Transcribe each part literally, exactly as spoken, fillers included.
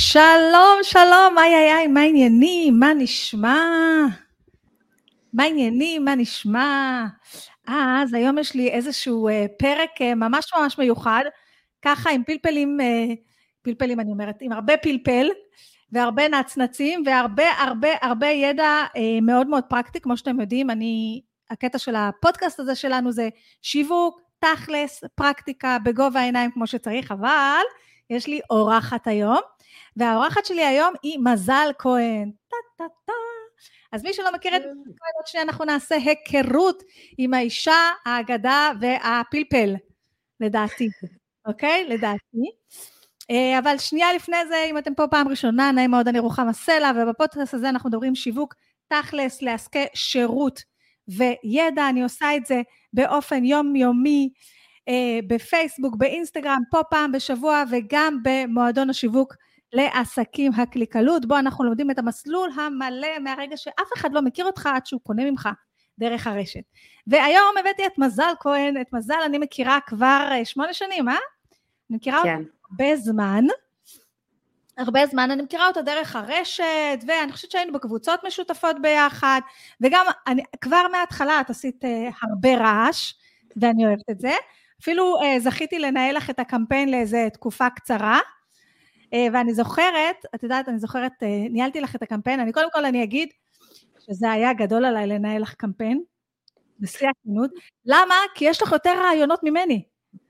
שלום, שלום, איי איי איי, מה עניינים, מה נשמע? מה עניינים, מה נשמע? אה, אז היום יש לי איזשהו אה, פרק אה, ממש ממש מיוחד, ככה עם פלפלים, אה, פלפלים אני אומרת, עם הרבה פלפל, והרבה נצנצים, והרבה הרבה הרבה ידע אה, מאוד מאוד פרקטי, כמו שאתם יודעים, אני, הקטע של הפודקאסט הזה שלנו זה שיווק, תכלס, פרקטיקה, בגובה העיניים כמו שצריך, אבל יש לי אורחת היום, והאורחת שלי היום היא מזל כהן. טה טה טה. אז מי שלא מכיר את מזל כהן, עוד שנייה אנחנו נעשה היכרות עם האישה, האגדה והפלפל, לדעתי. אוקיי? לדעתי. אבל שנייה לפני זה, אם אתם פה פעם ראשונה, נעים מאוד, אני רוחמה סלע, ובפודקאסט הזה אנחנו מדברים שיווק תכלס, לעסקי שירות וידע. אני עושה את זה באופן יומיומי, בפייסבוק, באינסטגרם, פה פעם בשבוע, וגם במועדון השיווק לעסקים הקליקלות, בו אנחנו לומדים את המסלול המלא מהרגע שאף אחד לא מכיר אותך עד שהוא קונה ממך דרך הרשת. והיום הבאתי את מזל כהן, את מזל אני מכירה כבר שמונה שנים, אה? אני מכירה כן. אותה הרבה זמן, הרבה זמן, אני מכירה אותה דרך הרשת, ואני חושבת שהיינו בקבוצות משותפות ביחד, וגם אני, כבר מההתחלה את עשית הרבה רעש, ואני אוהבת את זה, אפילו זכיתי לנהל לך את הקמפיין לאיזה תקופה קצרה, ואני זוכרת, את יודעת, אני זוכרת, ניהלתי לך את הקמפיין, אני קודם כל אני אגיד, שזה היה גדול עליי לנהל לך קמפיין, בשיא הכנות, למה? כי יש לך יותר רעיונות ממני.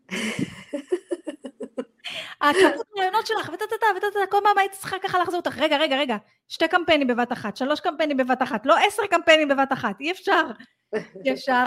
הכמות רעיונות שלך, ותתתה, ותתתה, כל מה היית צריכה ככה לחזור אותך, רגע, רגע, רגע, שתי קמפיינים בבת אחת, שלוש קמפיינים בבת אחת, לא עשר קמפיינים בבת אחת, אי אפשר, אי אפשר.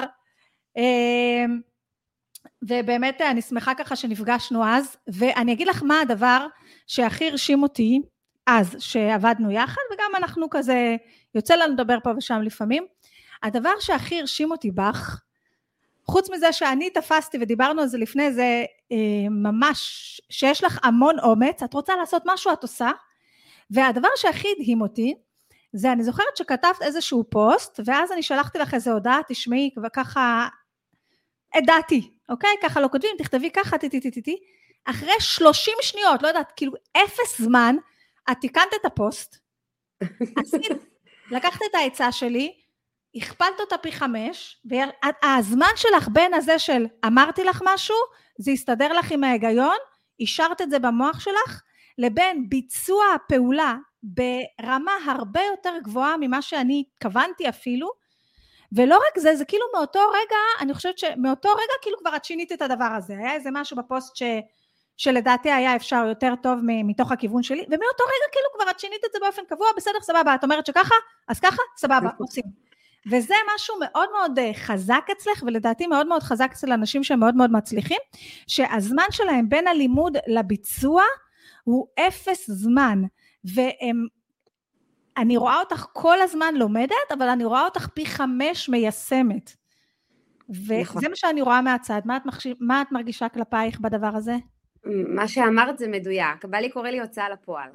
ובאמת אני שמחה ככה שנפגשנו אז, ואני אגיד לך מה הדבר שהכי הרשים אותי אז, שעבדנו יחד, וגם אנחנו כזה, יוצא לנו לדבר פה ושם לפעמים, הדבר שהכי הרשים אותי בך, חוץ מזה שאני תפסתי ודיברנו על זה לפני זה, ממש שיש לך המון אומץ, את רוצה לעשות משהו את עושה, והדבר שהכי הדהים אותי, זה אני זוכרת שכתבת איזשהו פוסט, ואז אני שלחתי לך איזו הודעה, תשמעי, וככה, הדעתי, אוקיי? ככה לא כותבים, תכתבי ככה, תתתתתי, אחרי שלושים שניות, לא יודעת, כאילו אפס זמן, את תיקנת את הפוסט, עשית, לקחת את העצה שלי, הכפלת אותה פי חמש, והזמן שלך בין הזה של אמרתי לך משהו, זה יסתדר לך עם ההיגיון, השארת את זה במוח שלך, לבין ביצוע הפעולה ברמה הרבה יותר גבוהה ממה שאני כוונתי אפילו, ולא רק זה, זה כאילו מאותו רגע, אני חושבת שמאותו רגע כאילו כבר את שינית את הדבר הזה, היה איזה משהו בפוסט ש, שלדעתי היה אפשר יותר טוב מתוך הכיוון שלי, ומאותו רגע כאילו כבר את שינית את זה באופן קבוע, בסדר, סבבה, את אומרת שככה, אז ככה, סבבה, עושים. וזה משהו מאוד מאוד חזק אצלך, ולדעתי מאוד מאוד חזק אצל אנשים שהם מאוד מאוד מצליחים, שהזמן שלהם בין הלימוד לביצוע, הוא אפס זמן, והם, אני רואה אותך כל הזמן לומדת, אבל אני רואה אותך פי חמש מיישמת. וזה מה שאני רואה מהצד. מה את, מחש... מה את מרגישה כלפייך בדבר הזה? מה שאמרת זה מדויק. בא לי קורא לי הוצאה לפועל.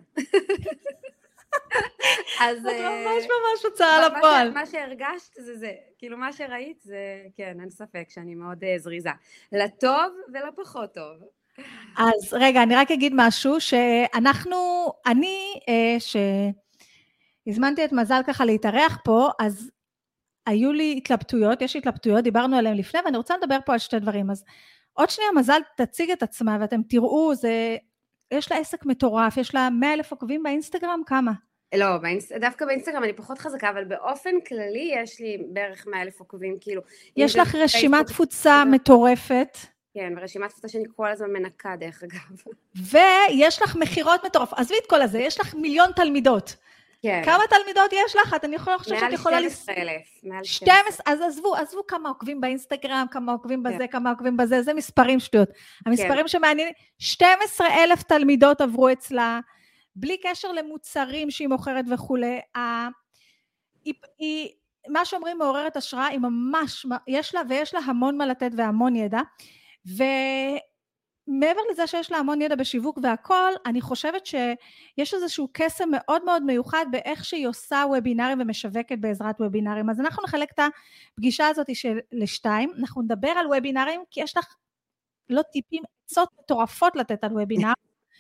אז ממש ממש הוצאה לפועל. מה שהרגשת זה זה. כאילו מה שראית זה, כן, אין ספק שאני מאוד זריזה. לטוב ולפחות טוב. אז רגע, אני רק אגיד משהו, שאנחנו, אני, ש... הזמנתי את מזל ככה להתארח פה, אז היו לי התלבטויות, יש לי התלבטויות, דיברנו עליהן לפני, ואני רוצה לדבר פה על שתי דברים. אז עוד שנייה מזל תציג את עצמה, ואתם תראו, זה, יש לה עסק מטורף, יש לה מאה אלף עוקבים באינסטגרם, כמה? לא, באינס... דווקא באינסטגרם אני פחות חזקה, אבל באופן כללי יש לי בערך מאה אלף עוקבים, כאילו. יש לך רשימת תפוצה מטורפת. כן, ורשימת תפוצה שאני כל הזמן מנקה דרך אגב. ויש לך מחירות מטורף, עזבי את כל הזה, יש לך מיליון תלמידות. כן. כמה תלמידות יש לך? אני יכולה לחשוב שאת יכולה... מעל שתים עשרה אלף. שתים עשרה, אז עזבו, עזבו כמה עוקבים באינסטגרם, כמה עוקבים בזה, כן. כמה עוקבים בזה, זה מספרים שטויות. המספרים כן. שמעניינים, שתים עשרה אלף תלמידות עברו אצלה, בלי קשר למוצרים שהיא מוכרת וכו'. היא, היא, מה שאומרים מעוררת השראה, היא ממש, יש לה, ויש לה המון מה לתת והמון ידע, ו... מעבר לזה שיש לה המון ידע בשיווק והכל, אני חושבת שיש איזשהו קסם מאוד מאוד מיוחד באיך שהיא עושה וובינרים ומשווקת בעזרת וובינרים. אז אנחנו נחלק את הפגישה הזאת של לשתיים, אנחנו נדבר על וובינרים, כי יש לך לא טיפים, עצות מטורפות לתת על וובינר,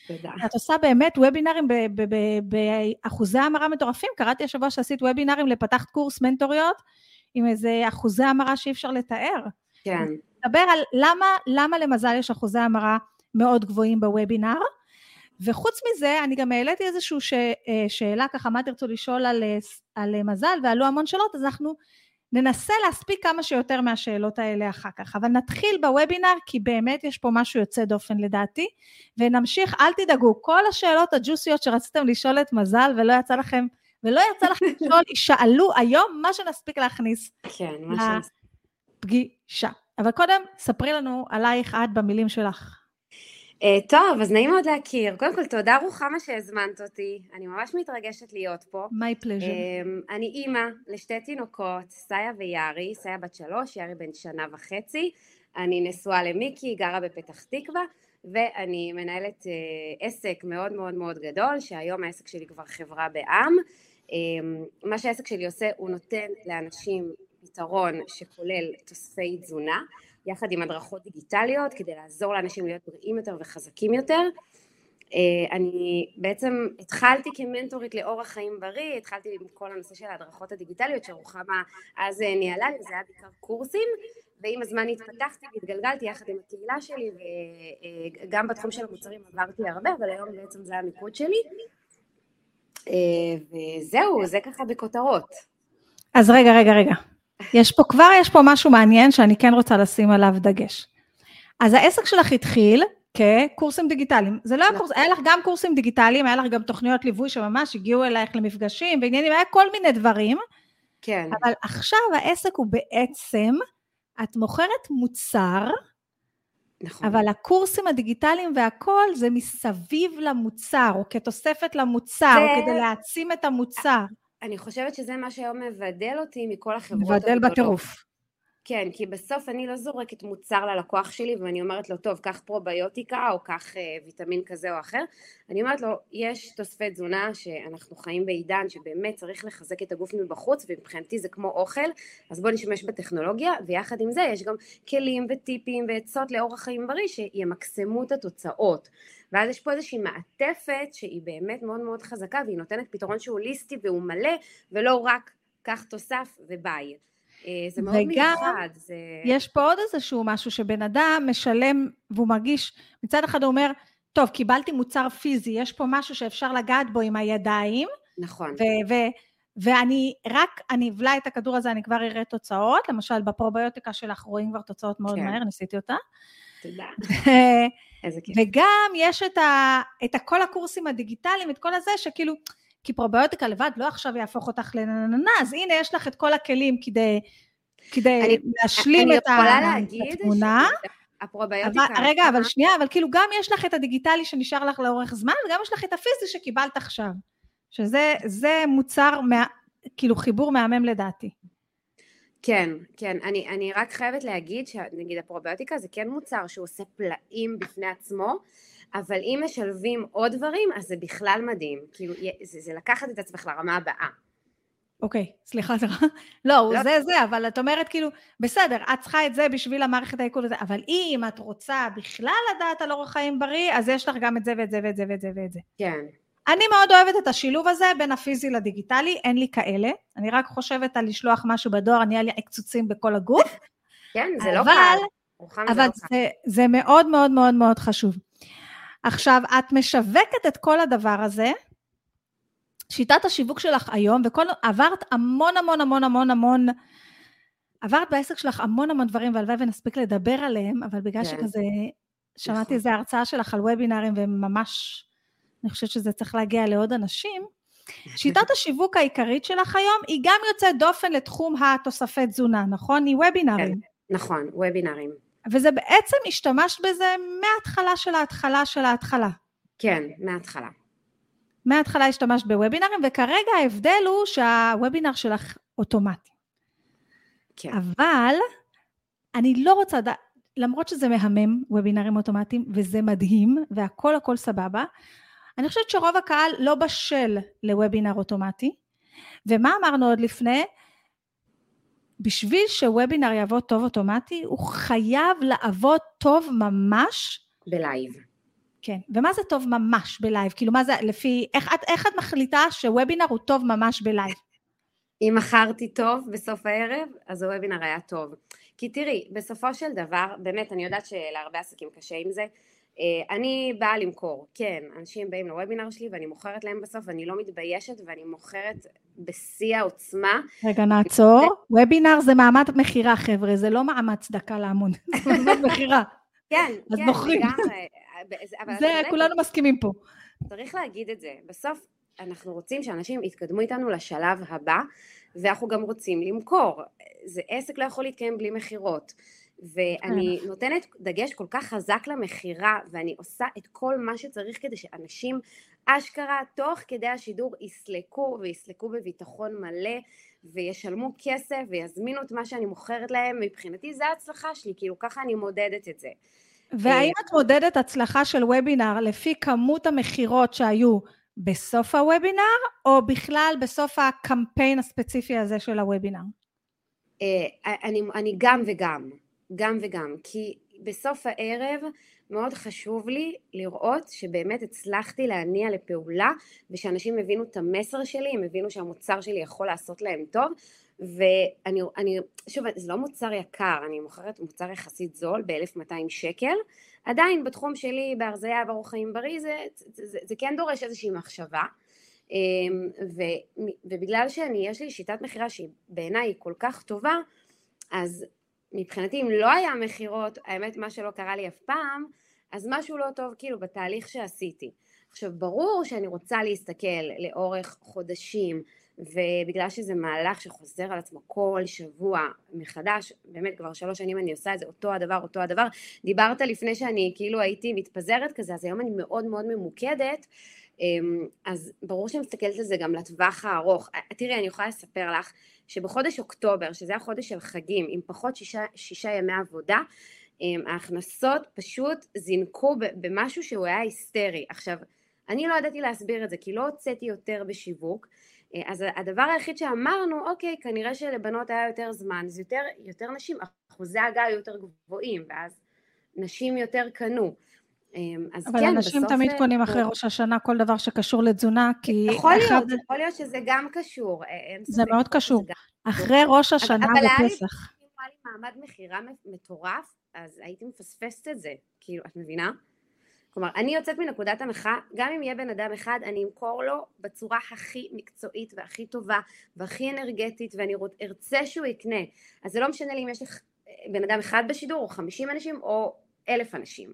תודה. את עושה באמת וובינרים באחוזי המרה מטורפים, קראתי השבוע שעשית וובינרים לפתחת קורס מנטוריות, עם איזה אחוזי המרה שאי אפשר לתאר. כן. נדבר על למה, למה למזל יש אחוזי המרה מאוד גבוהים בוובינר, וחוץ מזה, אני גם העליתי איזושהי ש... שאלה, ככה מה תרצו לשאול על, על מזל, ועלו המון שאלות, אז אנחנו ננסה להספיק כמה שיותר מהשאלות האלה אחר כך, אבל נתחיל בוובינר, כי באמת יש פה משהו יוצא דופן לדעתי, ונמשיך, אל תדאגו, כל השאלות הג'וסיות שרציתם לשאול את מזל, ולא יצא לכם, ולא יצא לכם לשאול, ישאלו היום מה שנספיק להכניס. כן, מה שנספיק. לפגישה. אבל קודם, ספרי לנו עלייך את במילים שלך. Uh, טוב, אז נעים מאוד להכיר. קודם כל, תודה רוחמה שהזמנת אותי. אני ממש מתרגשת להיות פה. My pleasure. Uh, אני אימא לשתי תינוקות, סיה ויארי, סיה בת שלוש, יארי בן שנה וחצי. אני נשואה למיקי, גרה בפתח תקווה, ואני מנהלת uh, עסק מאוד מאוד מאוד גדול, שהיום העסק שלי כבר חברה בעם. Uh, מה שהעסק שלי עושה, הוא נותן לאנשים פתרון שכולל תוספי תזונה, יחד עם הדרכות דיגיטליות, כדי לעזור לאנשים להיות בריאים יותר וחזקים יותר. אני בעצם התחלתי כמנטורית לאורח חיים בריא, התחלתי עם כל הנושא של ההדרכות הדיגיטליות, שרוחמה אז ניהלה לי, זה היה בעיקר קורסים, ועם הזמן התפתחתי והתגלגלתי יחד עם הקהילה שלי, וגם בתחום של המוצרים עברתי הרבה, אבל היום בעצם זה המיקוד שלי. וזהו, זה ככה בכותרות. אז רגע, רגע, רגע. יש פה כבר, יש פה משהו מעניין שאני כן רוצה לשים עליו דגש. אז העסק שלך התחיל כקורסים דיגיטליים. זה לא היה קורס, היה לך גם קורסים דיגיטליים, היה לך גם תוכניות ליווי שממש הגיעו אלייך למפגשים, בעניינים, היה כל מיני דברים. כן. אבל עכשיו העסק הוא בעצם, את מוכרת מוצר, נכון. אבל הקורסים הדיגיטליים והכל זה מסביב למוצר, או כתוספת למוצר, זה... או כדי להעצים את המוצר. אני חושבת שזה מה שהיום מבדל אותי מכל החברות מבדל הגדולות. בטירוף. כן, כי בסוף אני לא זורקת מוצר ללקוח שלי, ואני אומרת לו, טוב, קח פרוביוטיקה, או קח אה, ויטמין כזה או אחר. אני אומרת לו, יש תוספי תזונה שאנחנו חיים בעידן, שבאמת צריך לחזק את הגוף מבחוץ, ומבחינתי זה כמו אוכל, אז בוא נשמש בטכנולוגיה, ויחד עם זה יש גם כלים וטיפים ועצות לאורח חיים בריא, שימקסמו את התוצאות. ואז יש פה איזושהי מעטפת, שהיא באמת מאוד מאוד חזקה, והיא נותנת פתרון שהוא הוליסטי והוא מלא, ולא רק כך תוסף וביי. זה מאוד מיוחד. זה... יש פה עוד איזשהו משהו שבן אדם משלם והוא מרגיש, מצד אחד הוא אומר, טוב, קיבלתי מוצר פיזי, יש פה משהו שאפשר לגעת בו עם הידיים. נכון. ו- ו- ואני רק, אני אבלה את הכדור הזה, אני כבר אראה תוצאות, למשל בפרוביוטיקה שלך רואים כבר תוצאות מאוד כן. מהר, ניסיתי אותה. תודה. איזה כיף. וגם יש את, ה- את כל הקורסים הדיגיטליים, את כל הזה שכאילו, כי פרוביוטיקה לבד לא עכשיו יהפוך אותך לנננה, אז הנה יש לך את כל הכלים כדי, כדי אני, להשלים אני את התמונה. הפרוביוטיקה... אבל, רגע, אבל שנייה, אבל כאילו גם יש לך את הדיגיטלי שנשאר לך לאורך זמן, וגם יש לך את הפיזי שקיבלת עכשיו, שזה זה מוצר, מה, כאילו חיבור מהמם לדעתי. כן, כן, אני, אני רק חייבת להגיד שנגיד הפרוביוטיקה זה כן מוצר שהוא עושה פלאים בפני עצמו, אבל אם משלבים עוד דברים, אז זה בכלל מדהים. כאילו, זה, זה לקחת את עצמך לרמה הבאה. אוקיי, סליחה, זה לא, לא, זה זה, אבל את אומרת כאילו, בסדר, את צריכה את זה בשביל המערכת העיכול הזה, אבל אם את רוצה בכלל לדעת על אורח חיים בריא, אז יש לך גם את זה ואת זה ואת זה ואת זה ואת זה. כן. אני מאוד אוהבת את השילוב הזה בין הפיזי לדיגיטלי, אין לי כאלה, אני רק חושבת על לשלוח משהו בדואר, אני היה לי עקצוצים בכל הגוף. כן, זה לא אבל, קל. אבל זה, זה, זה מאוד מאוד מאוד מאוד חשוב. עכשיו, את משווקת את כל הדבר הזה, שיטת השיווק שלך היום, וכל, עברת המון המון המון המון המון, עברת בעסק שלך המון המון דברים, והלוואי ונספיק לדבר עליהם, אבל בגלל כן. שכזה, שמעתי נכון. איזו הרצאה שלך על וובינרים, וממש, אני חושבת שזה צריך להגיע לעוד אנשים, שיטת השיווק העיקרית שלך היום, היא גם יוצאת דופן לתחום התוספי תזונה, נכון? היא וובינרים. כן, נכון, וובינרים. וזה בעצם השתמשת בזה מההתחלה של ההתחלה של ההתחלה. כן, מההתחלה. מההתחלה השתמשת בוובינרים, וכרגע ההבדל הוא שהוובינר שלך אוטומטי. כן. אבל אני לא רוצה, למרות שזה מהמם, וובינרים אוטומטיים, וזה מדהים, והכל הכל סבבה, אני חושבת שרוב הקהל לא בשל לוובינר אוטומטי, ומה אמרנו עוד לפני? בשביל שוובינר יעבוד טוב אוטומטי, הוא חייב לעבוד טוב ממש. בלייב. כן, ומה זה טוב ממש בלייב? כאילו מה זה, לפי, איך את, איך את מחליטה שוובינר הוא טוב ממש בלייב? אם מכרתי טוב בסוף הערב, אז הוובינר היה טוב. כי תראי, בסופו של דבר, באמת, אני יודעת שלהרבה עסקים קשה עם זה, אני באה למכור, כן, אנשים באים לוובינר שלי ואני מוכרת להם בסוף, ואני לא מתביישת ואני מוכרת בשיא העוצמה. רגע, נעצור. וובינר זה מעמד מחירה, חבר'ה, זה לא מעמד צדקה להמון, זה מעמד מחירה. כן, אז כן, בוחרים. זה, כולנו מסכימים פה. צריך להגיד את זה. בסוף אנחנו רוצים שאנשים יתקדמו איתנו לשלב הבא, ואנחנו גם רוצים למכור. זה עסק לא יכול להתקיים בלי מחירות. ואני נותנת דגש כל כך חזק למחירה, ואני עושה את כל מה שצריך כדי שאנשים אשכרה תוך כדי השידור יסלקו, ויסלקו בביטחון מלא, וישלמו כסף, ויזמינו את מה שאני מוכרת להם. מבחינתי זה ההצלחה שלי, כאילו ככה אני מודדת את זה. והאם את מודדת הצלחה של וובינר לפי כמות המחירות שהיו בסוף הוובינר, או בכלל בסוף הקמפיין הספציפי הזה של הוובינר? אני, אני גם וגם, גם וגם, כי בסוף הערב מאוד חשוב לי לראות שבאמת הצלחתי להניע לפעולה, ושאנשים הבינו את המסר שלי, הם הבינו שהמוצר שלי יכול לעשות להם טוב, ואני, אני, שוב, זה לא מוצר יקר, אני מוכרת מוצר יחסית זול ב-אלף ומאתיים שקל, עדיין בתחום שלי בהרזיה ואורח חיים בריא, זה, זה, זה, זה כן דורש איזושהי מחשבה, ו, ובגלל שאני, יש לי שיטת מחירה שהיא בעיניי היא כל כך טובה, אז מבחינתי אם לא היה מחירות, האמת מה שלא קרה לי אף פעם, אז משהו לא טוב כאילו בתהליך שעשיתי. עכשיו ברור שאני רוצה להסתכל לאורך חודשים, ובגלל שזה מהלך שחוזר על עצמו כל שבוע מחדש, באמת כבר שלוש שנים אני עושה את זה אותו הדבר, אותו הדבר, דיברת לפני שאני כאילו הייתי מתפזרת כזה, אז היום אני מאוד מאוד ממוקדת, אז ברור שאני מסתכלת על זה גם לטווח הארוך. תראי, אני יכולה לספר לך שבחודש אוקטובר, שזה החודש של חגים, עם פחות שישה, שישה ימי עבודה, ההכנסות פשוט זינקו במשהו שהוא היה היסטרי. עכשיו, אני לא ידעתי להסביר את זה, כי לא הוצאתי יותר בשיווק, אז הדבר היחיד שאמרנו, אוקיי, כנראה שלבנות היה יותר זמן, אז יותר, יותר נשים, אחוזי ההגעה היו יותר גבוהים, ואז נשים יותר קנו. אבל כן, אנשים תמיד קונים אחרי ראש השנה כל דבר שקשור לתזונה, כי... יכול להיות, יכול להיות שזה גם קשור. זה מאוד קשור. אחרי ראש השנה בפסח. אם היה לי מעמד מחירה מטורף, אז הייתי מפספסת את זה, כאילו, את מבינה? כלומר, אני יוצאת מנקודת הנחה, גם אם יהיה בן אדם אחד, אני אמכור לו בצורה הכי מקצועית והכי טובה, והכי אנרגטית, ואני ארצה שהוא יקנה. אז זה לא משנה לי אם יש לך בן אדם אחד בשידור, או חמישים אנשים, או אלף אנשים.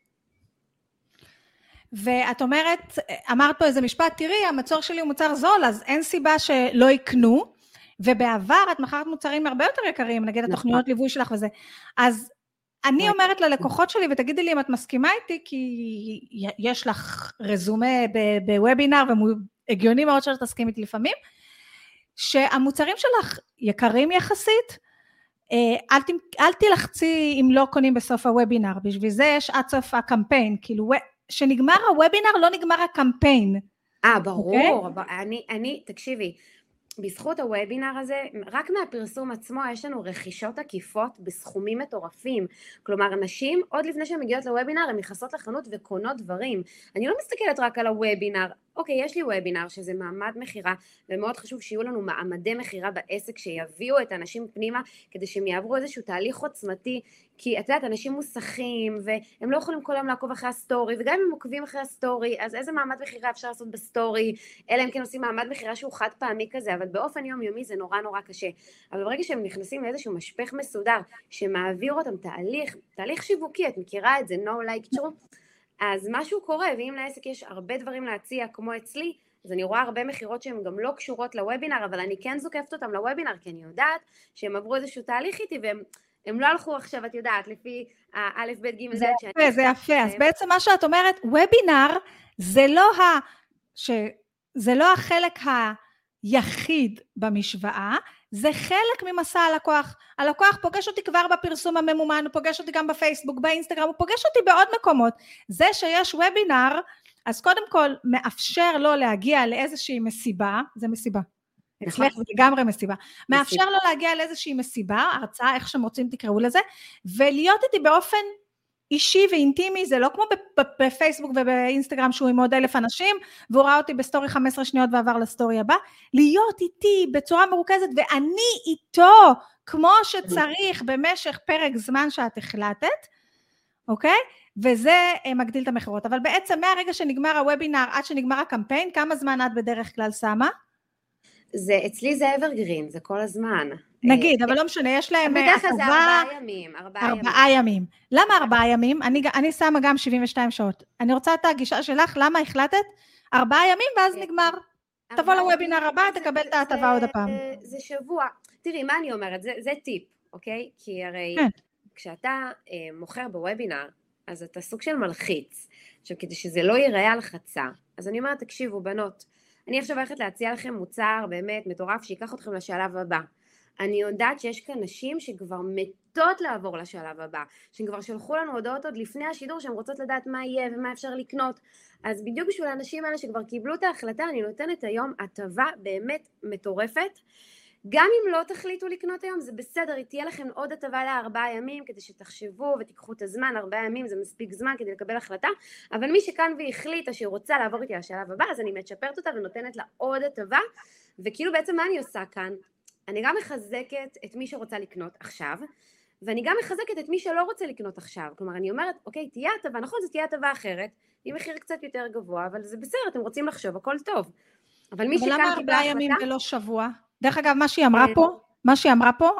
ואת אומרת, אמרת פה איזה משפט, תראי, המצור שלי הוא מוצר זול, אז אין סיבה שלא יקנו, ובעבר את מכרת מוצרים הרבה יותר יקרים, נגיד התוכניות ליווי שלך וזה, אז אני אומרת ללקוחות שלי, ותגידי לי אם את מסכימה איתי, כי יש לך רזומה בוובינר, והגיוני מאוד שאת תסכים איתי לפעמים, שהמוצרים שלך יקרים יחסית, אל, אל תלחצי אם לא קונים בסוף הוובינר, בשביל זה יש עד סוף הקמפיין, כאילו שנגמר הוובינר לא נגמר הקמפיין. אה, ברור, okay? אני, אני, תקשיבי, בזכות הוובינר הזה, רק מהפרסום עצמו יש לנו רכישות עקיפות בסכומים מטורפים, כלומר נשים עוד לפני שהן מגיעות לוובינר הן נכנסות לחנות וקונות דברים, אני לא מסתכלת רק על הוובינר, אוקיי יש לי וובינר שזה מעמד מחירה ומאוד חשוב שיהיו לנו מעמדי מחירה בעסק שיביאו את האנשים פנימה כדי שהם יעברו איזשהו תהליך עוצמתי, כי את יודעת אנשים מוסכים והם לא יכולים כל היום לעקוב אחרי הסטורי וגם אם הם עוקבים אחרי הסטורי אז איזה מעמד מחירה אפשר לעשות בסטורי, אלא אם כן עושים מעמד מחירה שהוא חד פעמי כזה, אבל באופן יומיומי זה נורא נורא קשה, אבל ברגע שהם נכנסים לאיזשהו משפך מסודר שמעביר אותם תהליך, תהליך שיווקי, את מכירה את זה, no like true, אז משהו קורה, ואם לעסק יש הרבה דברים להציע כמו אצלי, אז אני רואה הרבה מחירות שהן גם לא קשורות לוובינר, אבל אני כן זוקפת אותם לוובינר, כי אני יודעת שהם עברו איזשהו תהליך איתי, והם הם לא הלכו עכשיו, את יודעת, לפי האלף, בית, ג', זה יפה, זה יפה, אז בעצם מה שאת אומרת, וובינר זה לא ה... ש... זה לא החלק היחיד במשוואה, זה חלק ממסע הלקוח. הלקוח פוגש אותי כבר בפרסום הממומן, הוא פוגש אותי גם בפייסבוק, באינסטגרם, הוא פוגש אותי בעוד מקומות. זה שיש וובינר, אז קודם כל מאפשר לו להגיע לאיזושהי מסיבה, זה מסיבה, אצלך זה לגמרי מסיבה, מאפשר לו להגיע לאיזושהי מסיבה, הרצאה, איך שמוצאים תקראו לזה, ולהיות איתי באופן אישי ואינטימי, זה לא כמו בפייסבוק ובאינסטגרם שהוא עם עוד אלף אנשים, והוא ראה אותי בסטורי חמש עשרה שניות ועבר לסטורי הבא, להיות איתי בצורה מרוכזת, ואני איתו, כמו שצריך במשך פרק זמן שאת החלטת, אוקיי? וזה מגדיל את המחירות. אבל בעצם מהרגע שנגמר הוובינר עד שנגמר הקמפיין, כמה זמן את בדרך כלל שמה? זה, אצלי זה אברגרין, זה כל הזמן. נגיד, אבל לא משנה, יש להם בדרך כלל זה ארבעה ימים. ארבעה ימים. למה ארבעה ימים? אני, אני שמה גם שבעים ושתיים שעות. אני רוצה את הגישה שלך, למה החלטת? ארבעה ימים ואז נגמר. תבוא לוובינר הבא, תקבל את ההטבה עוד הפעם. זה שבוע. תראי, מה אני אומרת? זה, זה טיפ, אוקיי? כי הרי כשאתה מוכר בוובינר, אז אתה סוג של מלחיץ. עכשיו, כדי שזה לא ייראה הלחצה, אז אני אומרת, תקשיבו, בנות, אני עכשיו הולכת להציע לכם מוצר באמת מטורף שיקח אתכם לשלב הבא. אני יודעת שיש כאן נשים שכבר מתות לעבור לשלב הבא, שהם כבר שלחו לנו הודעות עוד לפני השידור שהן רוצות לדעת מה יהיה ומה אפשר לקנות. אז בדיוק בשביל האנשים האלה שכבר קיבלו את ההחלטה, אני נותנת היום הטבה באמת מטורפת. גם אם לא תחליטו לקנות היום, זה בסדר, תהיה לכם עוד הטבה לארבעה ימים, כדי שתחשבו ותיקחו את הזמן, ארבעה ימים זה מספיק זמן כדי לקבל החלטה, אבל מי שכאן והחליטה שהיא רוצה לעבור איתי לשלב הבא, אז אני מצ'פרת אותה ונותנת לה עוד הטבה, וכאילו בעצם מה אני עושה כאן? אני גם מחזקת את מי שרוצה לקנות עכשיו, ואני גם מחזקת את מי שלא רוצה לקנות עכשיו, כלומר אני אומרת, אוקיי, תהיה הטבה, נכון, זה תהיה הטבה אחרת, עם מחיר קצת יותר גבוה, אבל זה בסדר, אתם רוצים לחשוב, הכל טוב. אבל מי שכאן קיבלה החלטה... ימים ולא שבוע? דרך אגב, מה שהיא אמרה פה, מה שהיא אמרה פה,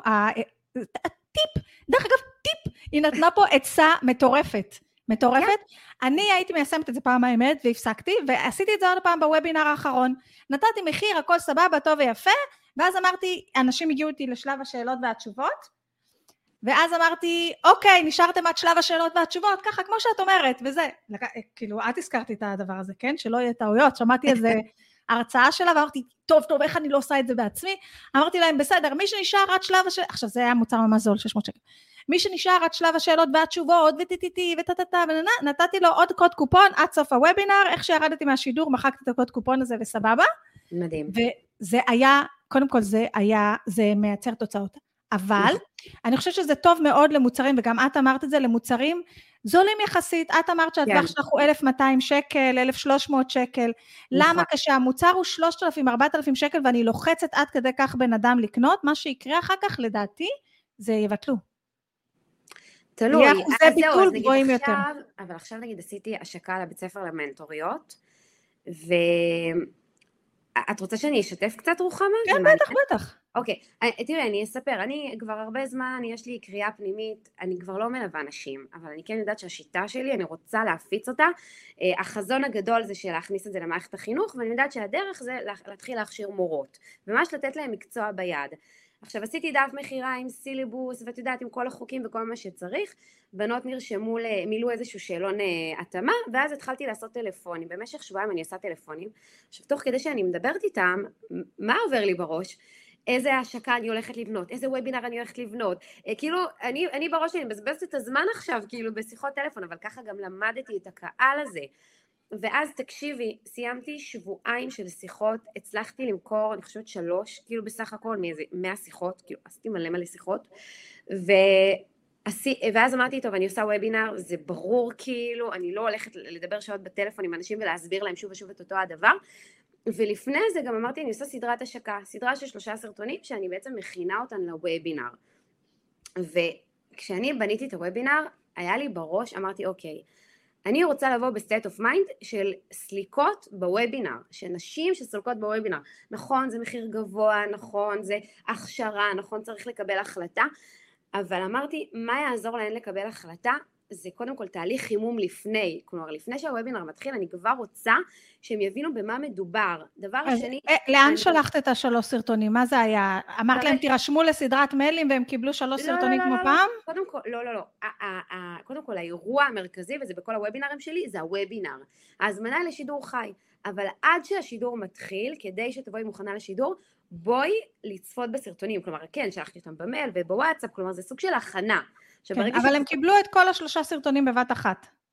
הטיפ, דרך אגב, טיפ, היא נתנה פה עצה מטורפת, מטורפת. אני הייתי מיישמת את זה פעם האמת, והפסקתי, ועשיתי את זה עוד פעם בוובינר האחרון. נתתי מחיר, הכל סבבה, טוב ויפה, ואז אמרתי, אנשים הגיעו איתי לשלב השאלות והתשובות, ואז אמרתי, אוקיי, נשארתם עד שלב השאלות והתשובות, ככה כמו שאת אומרת, וזה, כאילו, את הזכרתי את הדבר הזה, כן? שלא יהיה טעויות, שמעתי איזה הרצאה שלה, ואמרתי, טוב, טוב, איך אני לא עושה את זה בעצמי? אמרתי להם, בסדר, מי שנשאר עד שלב השאלות, עכשיו זה היה מוצר ממש זול, שש מאות שקל, מי שנשאר עד שלב השאלות והתשובות, וטטטי, וטטטה, ונתתי לו עוד קוד קופון, עד סוף הוובינר, איך שירדתי מהשידור, מחקתי את הקוד קופון הזה, וסבבה. מדהים. וזה היה, קודם כל זה היה, זה מייצר תוצאות. אבל אני חושבת שזה טוב מאוד למוצרים, וגם את אמרת את זה, למוצרים זולים יחסית, את אמרת שהטווח שלך הוא אלף ומאתיים שקל, אלף ושלוש מאות שקל, למה כשהמוצר הוא שלושת אלפים, ארבעת אלפים שקל, ואני לוחצת עד כדי כך בן אדם לקנות, מה שיקרה אחר כך לדעתי, זה יבטלו. תלוי, זה ביטול גבוהים יותר. אבל עכשיו נגיד עשיתי השקה לבית ספר למנטוריות, ו... את רוצה שאני אשתף קצת רוחמה? כן, בטח, בטח. אוקיי, תראי, אני אספר, אני כבר הרבה זמן, יש לי קריאה פנימית, אני כבר לא מלווה נשים, אבל אני כן יודעת שהשיטה שלי, אני רוצה להפיץ אותה, החזון הגדול זה של להכניס את זה למערכת החינוך, ואני יודעת שהדרך זה להתחיל להכשיר מורות, וממש לתת להם מקצוע ביד. עכשיו עשיתי דף מחירה עם סיליבוס, ואת יודעת, עם כל החוקים וכל מה שצריך, בנות נרשמו, מילאו איזשהו שאלון התאמה, ואז התחלתי לעשות טלפונים, במשך שבועיים אני עושה טלפונים, עכשיו תוך כדי שאני מדברת איתם, מה עובר לי בראש? איזה השקה אני הולכת לבנות, איזה וובינר אני הולכת לבנות, כאילו אני, אני בראש שלי מבזבזת את הזמן עכשיו, כאילו בשיחות טלפון, אבל ככה גם למדתי את הקהל הזה, ואז תקשיבי, סיימתי שבועיים של שיחות, הצלחתי למכור, אני חושבת שלוש, כאילו בסך הכל מאיזה מאה שיחות, כאילו עשיתי מלא מלא שיחות, ו... ואז אמרתי, טוב, אני עושה וובינר, זה ברור כאילו, אני לא הולכת לדבר שעות בטלפון עם אנשים ולהסביר להם שוב ושוב את אותו הדבר, ולפני זה גם אמרתי, אני עושה סדרת השקה, סדרה של שלושה סרטונים שאני בעצם מכינה אותן לוובינר, וכשאני בניתי את הוובינר, היה לי בראש, אמרתי, אוקיי, אני רוצה לבוא בסטייט אוף מיינד של סליקות בוובינר, שנשים שסליקות בוובינר, נכון, זה מחיר גבוה, נכון, זה הכשרה, נכון, צריך לקבל החלטה, אבל אמרתי, מה יעזור להן לקבל החלטה? זה קודם כל תהליך חימום לפני, כלומר לפני שהוובינר מתחיל, אני כבר רוצה שהם יבינו במה מדובר. דבר שני... לאן שלחת את השלוש סרטונים? מה זה היה? אמרת להם תירשמו לסדרת מיילים והם קיבלו שלוש סרטונים כמו פעם? קודם כל, לא, לא, לא. קודם כל האירוע המרכזי, וזה בכל הוובינרים שלי, זה הוובינר. ההזמנה לשידור חי. אבל עד שהשידור מתחיל, כדי שתבואי מוכנה לשידור, בואי לצפות בסרטונים. כלומר, כן, שלחתי אותם במייל ובוואטסאפ, כלומר זה סוג של הכנה. כן, אבל הם קיבלו את כל השלושה סרטונים בבת אחת.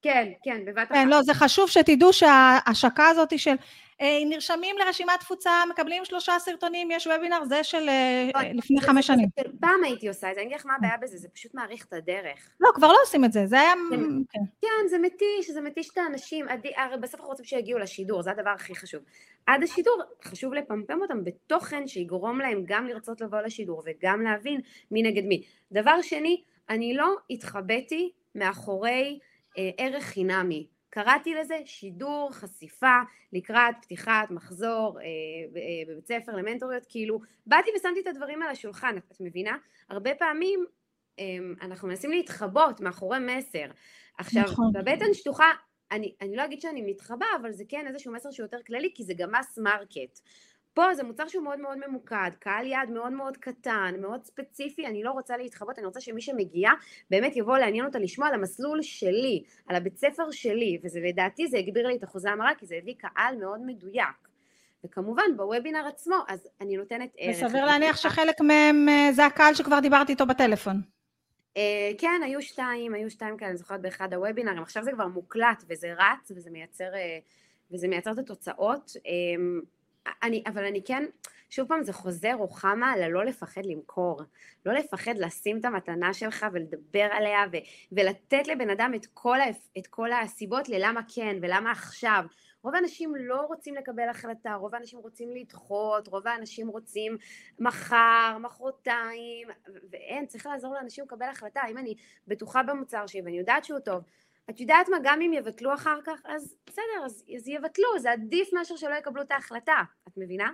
כן, כן, בבת אחת. כן, לא, זה חשוב שתדעו שההשקה הזאת של נרשמים לרשימת תפוצה, מקבלים שלושה סרטונים, יש וובינר, זה של לפני חמש שנים. פעם הייתי עושה את זה, אני אגיד לך מה הבעיה בזה, זה פשוט מעריך את הדרך. לא, כבר לא עושים את זה, זה היה... כן, זה מתיש, זה מתיש את האנשים, הרי בסוף אנחנו רוצים שיגיעו לשידור, זה הדבר הכי חשוב. עד השידור חשוב לפמפם אותם בתוכן שיגרום להם גם לרצות לבוא לשידור וגם להבין מי נגד מי. דבר שני, אני לא התחבאתי מאחורי אה, ערך חינמי. קראתי לזה שידור חשיפה לקראת פתיחת מחזור אה, בבית ספר למנטוריות, כאילו באתי ושמתי את הדברים על השולחן, את מבינה? הרבה פעמים אה, אנחנו מנסים להתחבות מאחורי מסר. עכשיו, נכון. בבטן שטוחה, אני, אני לא אגיד שאני מתחבא, אבל זה כן איזשהו מסר שהוא יותר כללי, כי זה גם מס מרקט. פה זה מוצר שהוא מאוד מאוד ממוקד, קהל יעד מאוד מאוד קטן, מאוד ספציפי, אני לא רוצה להתחבות, אני רוצה שמי שמגיע באמת יבוא לעניין אותה לשמוע על המסלול שלי, על הבית ספר שלי, וזה לדעתי זה הגביר לי את אחוזי המרה, כי זה הביא קהל מאוד מדויק. וכמובן בוובינר עצמו, אז אני נותנת ערך. וסביר להניח שחלק מהם זה הקהל שכבר דיברתי איתו בטלפון. Uh, כן, היו שתיים, היו שתיים כאלה, אני זוכרת באחד הוובינרים, עכשיו זה כבר מוקלט וזה רץ וזה מייצר, uh, וזה מייצר את התוצאות, um, אני, אבל אני כן, שוב פעם זה חוזר רוחמה ללא לפחד למכור, לא לפחד לשים את המתנה שלך ולדבר עליה ו, ולתת לבן אדם את כל, את כל הסיבות ללמה כן ולמה עכשיו. רוב האנשים לא רוצים לקבל החלטה, רוב האנשים רוצים לדחות, רוב האנשים רוצים מחר, מחרתיים, ואין, צריך לעזור לאנשים לקבל החלטה. אם אני בטוחה במוצר שלי ואני יודעת שהוא טוב, את יודעת מה, גם אם יבטלו אחר כך, אז בסדר, אז, אז יבטלו, זה עדיף מאשר שלא יקבלו את ההחלטה, את מבינה?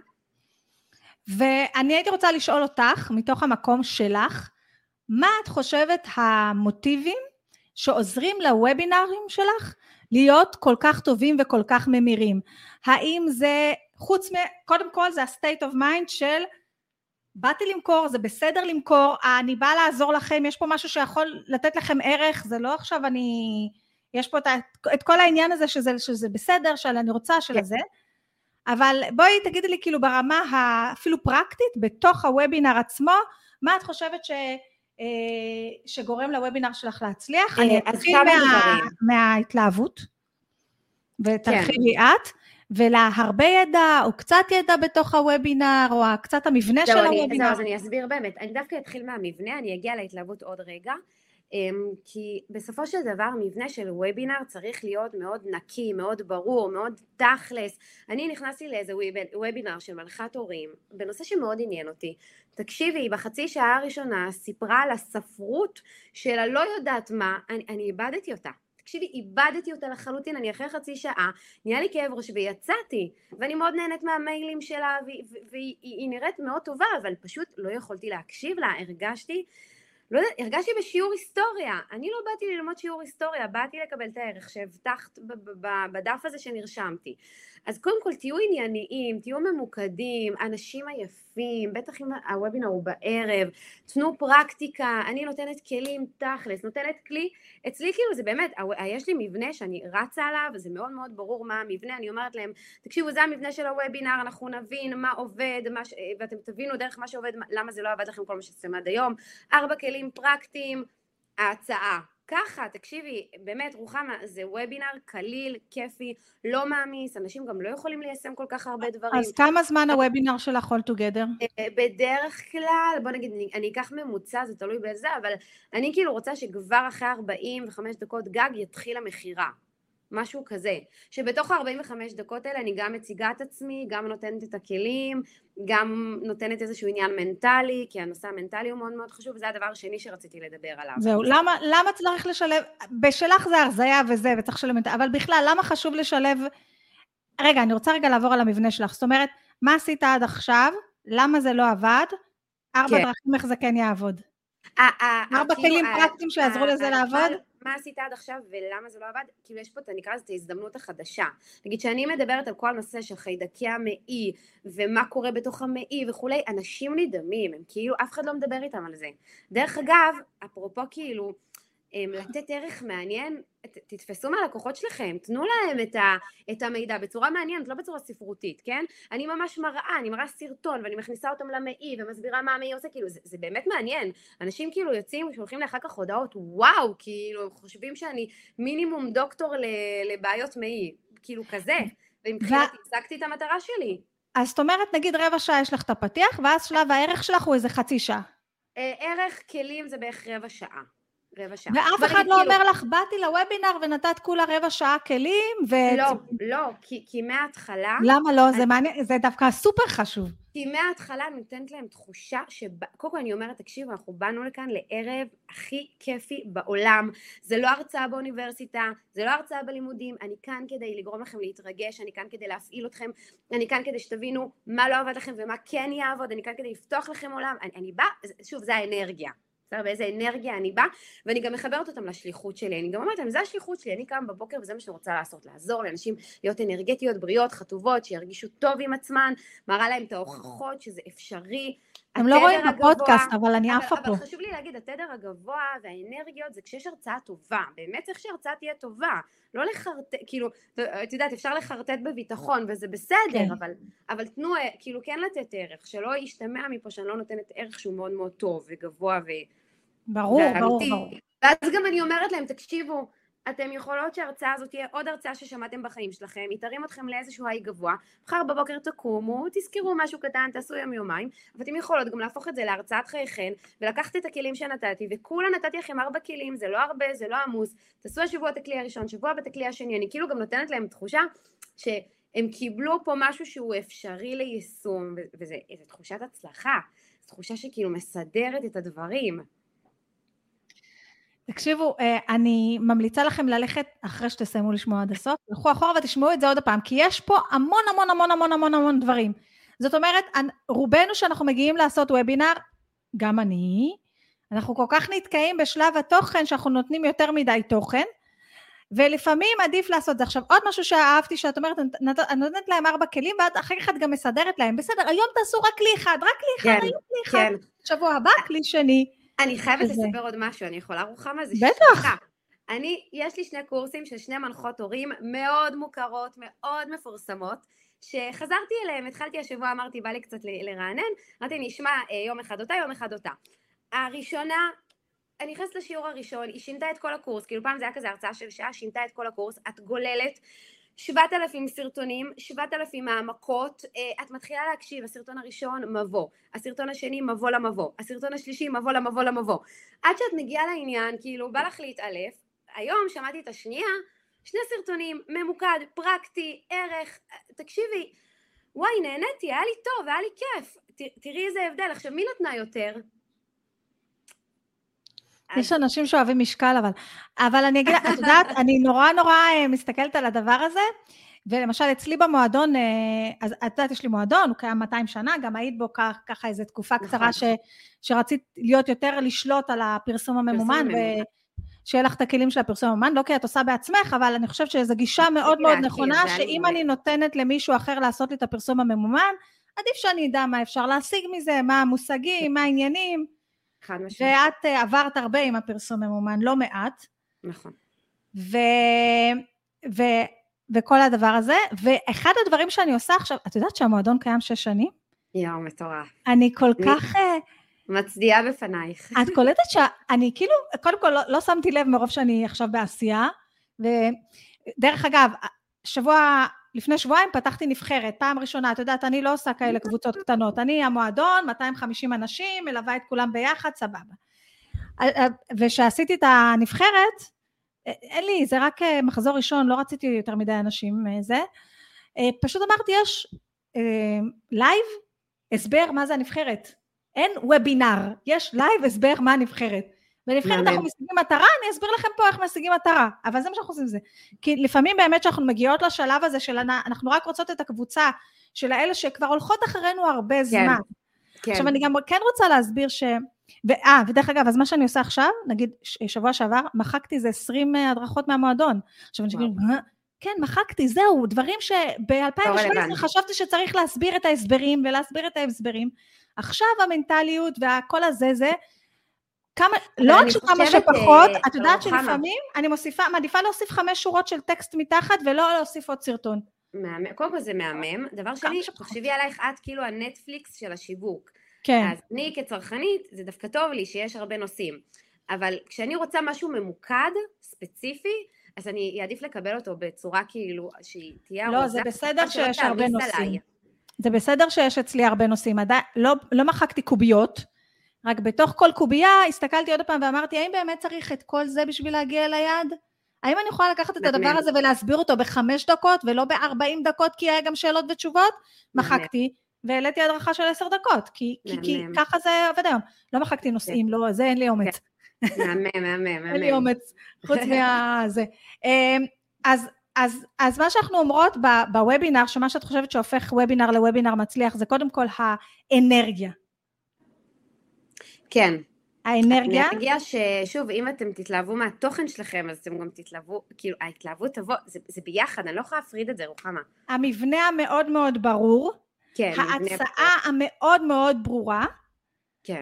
ואני הייתי רוצה לשאול אותך, מתוך המקום שלך, מה את חושבת המוטיבים שעוזרים לוובינרים שלך להיות כל כך טובים וכל כך ממירים? האם זה, חוץ מ... קודם כל זה ה-state of mind של באתי למכור, זה בסדר למכור, אני באה לעזור לכם, יש פה משהו שיכול לתת לכם ערך, זה לא עכשיו אני... יש פה את, את כל העניין הזה שזה, שזה בסדר, שאני רוצה של זה, אבל בואי תגידי לי כאילו ברמה אפילו פרקטית, בתוך הוובינר עצמו, מה את חושבת ש... שגורם לוובינר שלך להצליח? אני אתחיל מה, מההתלהבות, ותרחיבי את, ולהרבה ידע, או קצת ידע בתוך הוובינר, או קצת המבנה של הוובינר. זהו, אז אני אסביר באמת, אני דווקא אתחיל מהמבנה, אני אגיע להתלהבות עוד רגע, כי בסופו של דבר המבנה של וובינר צריך להיות מאוד נקי, מאוד ברור, מאוד תכלס. אני נכנסתי לאיזה וובינר של מנחת הורים, בנושא שמאוד עניין אותי. תקשיבי, בחצי שעה הראשונה סיפרה על הספרות של הלא יודעת מה, אני, אני איבדתי אותה. תקשיבי, איבדתי אותה לחלוטין, אני אחרי חצי שעה, נהיה לי כאב ראש ויצאתי, ואני מאוד נהנית מהמיילים שלה, והיא נראית מאוד טובה, אבל פשוט לא יכולתי להקשיב לה, הרגשתי, לא יודע, הרגשתי בשיעור היסטוריה, אני לא באתי ללמוד שיעור היסטוריה, באתי לקבל את הערך שהבטחת בדף הזה שנרשמתי. אז קודם כל תהיו ענייניים, תהיו ממוקדים, אנשים עייפים, בטח אם הוובינר הוא בערב, תנו פרקטיקה, אני נותנת כלים תכלס, נותנת כלי, אצלי כאילו זה באמת, יש לי מבנה שאני רצה עליו, זה מאוד מאוד ברור מה המבנה, אני אומרת להם, תקשיבו זה המבנה של הוובינר, אנחנו נבין מה עובד, מה, ואתם תבינו דרך מה שעובד, למה זה לא עבד לכם כל מה שעשיתם עד היום, ארבע כלים פרקטיים, ההצעה. ככה, תקשיבי, באמת רוחמה, זה וובינר קליל, כיפי, לא מאמיס, אנשים גם לא יכולים ליישם כל כך הרבה דברים. אז כמה זמן הוובינר שלך all together? בדרך כלל, בוא נגיד, אני, אני אקח ממוצע, זה תלוי בזה, אבל אני כאילו רוצה שכבר אחרי ארבעים וחמש דקות גג יתחיל המחירה. משהו כזה, שבתוך ה-ארבעים וחמש דקות האלה אני גם מציגה את עצמי, גם נותנת את הכלים, גם נותנת איזשהו עניין מנטלי, כי הנושא המנטלי הוא מאוד מאוד חשוב, וזה הדבר השני שרציתי לדבר עליו. זהו, למה, למה צריך לשלב, בשלך זה הרזיה וזה, וצריך לשלב, אבל בכלל, למה חשוב לשלב, רגע, אני רוצה רגע לעבור על המבנה שלך, זאת אומרת, מה עשית עד עכשיו, למה זה לא עבד, ארבע כן. דרכים איך זה כן יעבוד. ארבע כלים פרקטיים שיעזרו לזה לעבוד? מה עשית עד עכשיו ולמה זה לא עבד? כאילו יש פה, אני אקרא לזה את ההזדמנות החדשה. נגיד שאני מדברת על כל הנושא של חיידקי המעי, ומה קורה בתוך המעי וכולי, אנשים נדהמים, הם כאילו, אף אחד לא מדבר איתם על זה. דרך אגב, אפרופו כאילו, לתת ערך מעניין, תתפסו מהלקוחות שלכם, תנו להם את, ה, את המידע בצורה מעניינת, לא בצורה ספרותית, כן? אני ממש מראה, אני מראה סרטון ואני מכניסה אותם למאי ומסבירה מה המאי עושה, כאילו זה, זה באמת מעניין. אנשים כאילו יוצאים ושולחים לאחר כך הודעות, וואו, כאילו חושבים שאני מינימום דוקטור לבעיות מאי, כאילו כזה, ומבחינת הצגתי את המטרה שלי. אז זאת אומרת, נגיד רבע שעה יש לך את הפתיח, ואז שלב הערך שלך הוא איזה חצי שעה. ערך כלים זה בערך רבע שעה. רבע שעה. ואף אחד לא אומר לך, באתי לוובינר ונתת כולה רבע שעה כלים, ו... לא, לא, כי, כי מההתחלה... למה לא? זה מעניין, זה דווקא סופר חשוב. כי מההתחלה נותנת להם תחושה שבא... קודם כל אני אומרת, תקשיב, אנחנו באנו לכאן לערב הכי כיפי בעולם. זה לא הרצאה באוניברסיטה, זה לא הרצאה בלימודים, אני כאן כדי לגרום לכם להתרגש, אני כאן כדי להפעיל אתכם, אני כאן כדי שתבינו מה לא עבד לכם ומה כן יעבוד, אני כאן כדי לפתוח לכם עולם, אני, אני באה, שוב, זה האנרגיה. באיזה אנרגיה אני באה, ואני גם מחברת אותם לשליחות שלי, אני גם אומרת להם, זה השליחות שלי, אני קם בבוקר וזה מה שאני רוצה לעשות, לעזור לאנשים להיות אנרגטיות, בריאות, חטובות, שירגישו טוב עם עצמן, מראה להם את ההוכחות שזה אפשרי. הם לא רואים בפודקאסט, אבל אני עפה פה. אבל חשוב לי להגיד, התדר הגבוה והאנרגיות זה כשיש הרצאה טובה, באמת צריך שהרצאה תהיה טובה, לא לחרטט, כאילו, את יודעת, אפשר לחרטט בביטחון, וזה בסדר, אבל, אבל תנו, כאילו, כן לתת ערך, שלא ישתמע מפה שאני לא נותנת ערך שהוא מאוד מאוד טוב וגבוה ו... ברור, ברור, ברור. ואז גם אני אומרת להם, תקשיבו, אתם יכולות שההרצאה הזאת תהיה עוד הרצאה ששמעתם בחיים שלכם, היא תרים אתכם לאיזשהו היי גבוה, מחר בבוקר תקומו, תזכרו משהו קטן, תעשו יום יומיים, אבל אתם יכולות גם להפוך את זה להרצאת חייכן, ולקחת את הכלים שנתתי, וכולה נתתי לכם ארבע כלים, זה לא הרבה, זה לא עמוס, תעשו השבוע את הכלי הראשון, שבוע את הכלי השני, אני כאילו גם נותנת להם תחושה שהם קיבלו פה משהו שהוא אפשרי ליישום, וזה תחושת הצלחה, זו תחושה שכאילו מסדרת את הדברים. תקשיבו, אני ממליצה לכם ללכת אחרי שתסיימו לשמוע עד הסוף, תלכו אחורה ותשמעו את זה עוד הפעם, כי יש פה המון המון המון המון המון המון דברים. זאת אומרת, רובנו שאנחנו מגיעים לעשות וובינר, גם אני, אנחנו כל כך נתקעים בשלב התוכן, שאנחנו נותנים יותר מדי תוכן, ולפעמים עדיף לעשות זה. עכשיו, עוד משהו שאהבתי, שאת אומרת, אני נותנת להם ארבע כלים, ואת אחר כך גם מסדרת להם, בסדר, היום תעשו רק כלי אחד, רק כלי אחד, היום כלי אחד, שבוע הבא, כלי שני, אני חייבת לספר עוד משהו, אני יכולה רוחמה? זה בטח. אני, יש לי שני קורסים של שני מנחות הורים מאוד מוכרות, מאוד מפורסמות, שחזרתי אליהם, התחלתי השבוע, אמרתי, בא לי קצת לרענן, אמרתי, נשמע יום אחד אותה, יום אחד אותה. הראשונה, אני נכנסת לשיעור הראשון, היא שינתה את כל הקורס, כאילו פעם זה היה כזה הרצאה של שעה, שינתה את כל הקורס, את גוללת, שבעת אלפים סרטונים, שבעת אלפים העמקות, את מתחילה להקשיב, הסרטון הראשון מבוא, הסרטון השני מבוא למבוא, הסרטון השלישי מבוא למבוא למבוא, עד שאת מגיעה לעניין, כאילו בא לך להתעלף, היום שמעתי את השנייה, שני סרטונים, ממוקד, פרקטי, ערך, תקשיבי, וואי נהניתי, היה לי טוב, היה לי כיף, תראי איזה הבדל, עכשיו מי נתנה יותר? יש אנשים שאוהבים משקל, אבל, אבל אני אגיד, את יודעת, אני נורא נורא מסתכלת על הדבר הזה, ולמשל אצלי במועדון, אז את יודעת, יש לי מועדון, הוא קיים מאתיים שנה, גם היית בו ככה איזו תקופה קצרה, ש, שרצית להיות יותר לשלוט על הפרסום הממומן, ושיהיה לך את הכלים של הפרסום הממומן, לא כי את עושה בעצמך, אבל אני חושבת שזו גישה מאוד מאוד נכונה, שאם אני נותנת למישהו אחר לעשות לי את הפרסום הממומן, עדיף שאני אדע מה אפשר להשיג מזה, מה המושגים, מה העניינים, ואת עברת הרבה עם הפרסום ממומן, לא מעט. נכון. ו... ו... וכל הדבר הזה, ואחד הדברים שאני עושה עכשיו, את יודעת שהמועדון קיים שש שנים? יאו, מטורף. אני כל כך... מצדיעה בפנייך. את קולטת שאני כאילו, קודם כל לא, לא שמתי לב מרוב שאני עכשיו בעשייה, ודרך אגב, שבוע... לפני שבועיים פתחתי נבחרת, פעם ראשונה, את יודעת, אני לא עושה כאלה קבוצות קטנות, אני המועדון, מאתיים וחמישים אנשים, מלווה את כולם ביחד, סבבה. ושעשיתי את הנבחרת, אין לי, זה רק מחזור ראשון, לא רציתי יותר מדי אנשים, זה, פשוט אמרתי, יש לייב, הסבר מה זה הנבחרת, אין וובינר, יש לייב, הסבר מה הנבחרת, בנבחרת אנחנו משיגים מטרה, אני אסביר לכם פה איך משיגים מטרה, אבל זה מה שאנחנו עושים זה, כי לפעמים באמת שאנחנו מגיעות לשלב הזה, של אנחנו רק רוצות את הקבוצה, של האלה שכבר הולכות אחרינו הרבה זמן, כן. עכשיו אני גם כן רוצה להסביר ש... ואה, ודרך אגב, אז מה שאני עושה עכשיו, נגיד שבוע שעבר, מחקתי איזה עשרים הדרכות מהמועדון, עכשיו אני שואלת, כן, מחקתי, זהו, דברים שב-אלפיים ושבע עשרה חשבתי שצריך להסביר את ההסברים, ולהסביר את ההסברים, עכשיו המנטליות והכל הזה זה, כמה, לא רק שכמה שפחות, את יודעת שלפעמים אני מוסיפה, מעדיפה להוסיף חמש שורות של טקסט מתחת, ולא להוסיף עוד סרטון. קודם כל זה מהמם, דבר שני, תחשבי עלייך את כאילו הנטפליקס של השיווק. כן. אז אני כצרכנית, זה דווקא טוב לי שיש הרבה נושאים, אבל כשאני רוצה משהו ממוקד, ספציפי, אז אני אעדיף לקבל אותו בצורה כאילו, שהיא תהיה ארוזה. לא, זה בסדר שיש הרבה נושאים. זה בסדר שיש אצלי הרבה נושאים. לא, לא מחקתי קוביות, רק בתוך כל קובייה הסתכלתי עוד פעם ואמרתי, האם באמת צריך את כל זה בשביל להגיע ליעד? האם אני יכולה לקחת את הדבר הזה ולהסביר אותו בחמש דקות ולא בארבעים דקות, כי היה גם שאלות ותשובות? מחקתי והעליתי הדרכה של עשר דקות, כי, כי, כי ככה זה עובד היום. לא מחקתי נושאים, לא, זה אין לי אומץ. מהמם, מהמם, מהמם. אין לי אומץ, חוץ מהזה. אז, אז, אז מה שאנחנו אומרות בוובינר, שמה שאת חושבת שהופך וובינר לוובינר מצליח, זה קודם כל האנרגיה. כן. האנרגיה. האנרגיה ששוב, אם אתם תתלהבו מהתוכן שלכם, אז אתם גם תתלהבו, כאילו, ההתלהבות תבוא, זה, זה ביחד, אני לא יכולה להפריד את זה, רוחמה. המבנה המאוד מאוד ברור. כן. ההצעה המאוד מאוד ברורה. כן.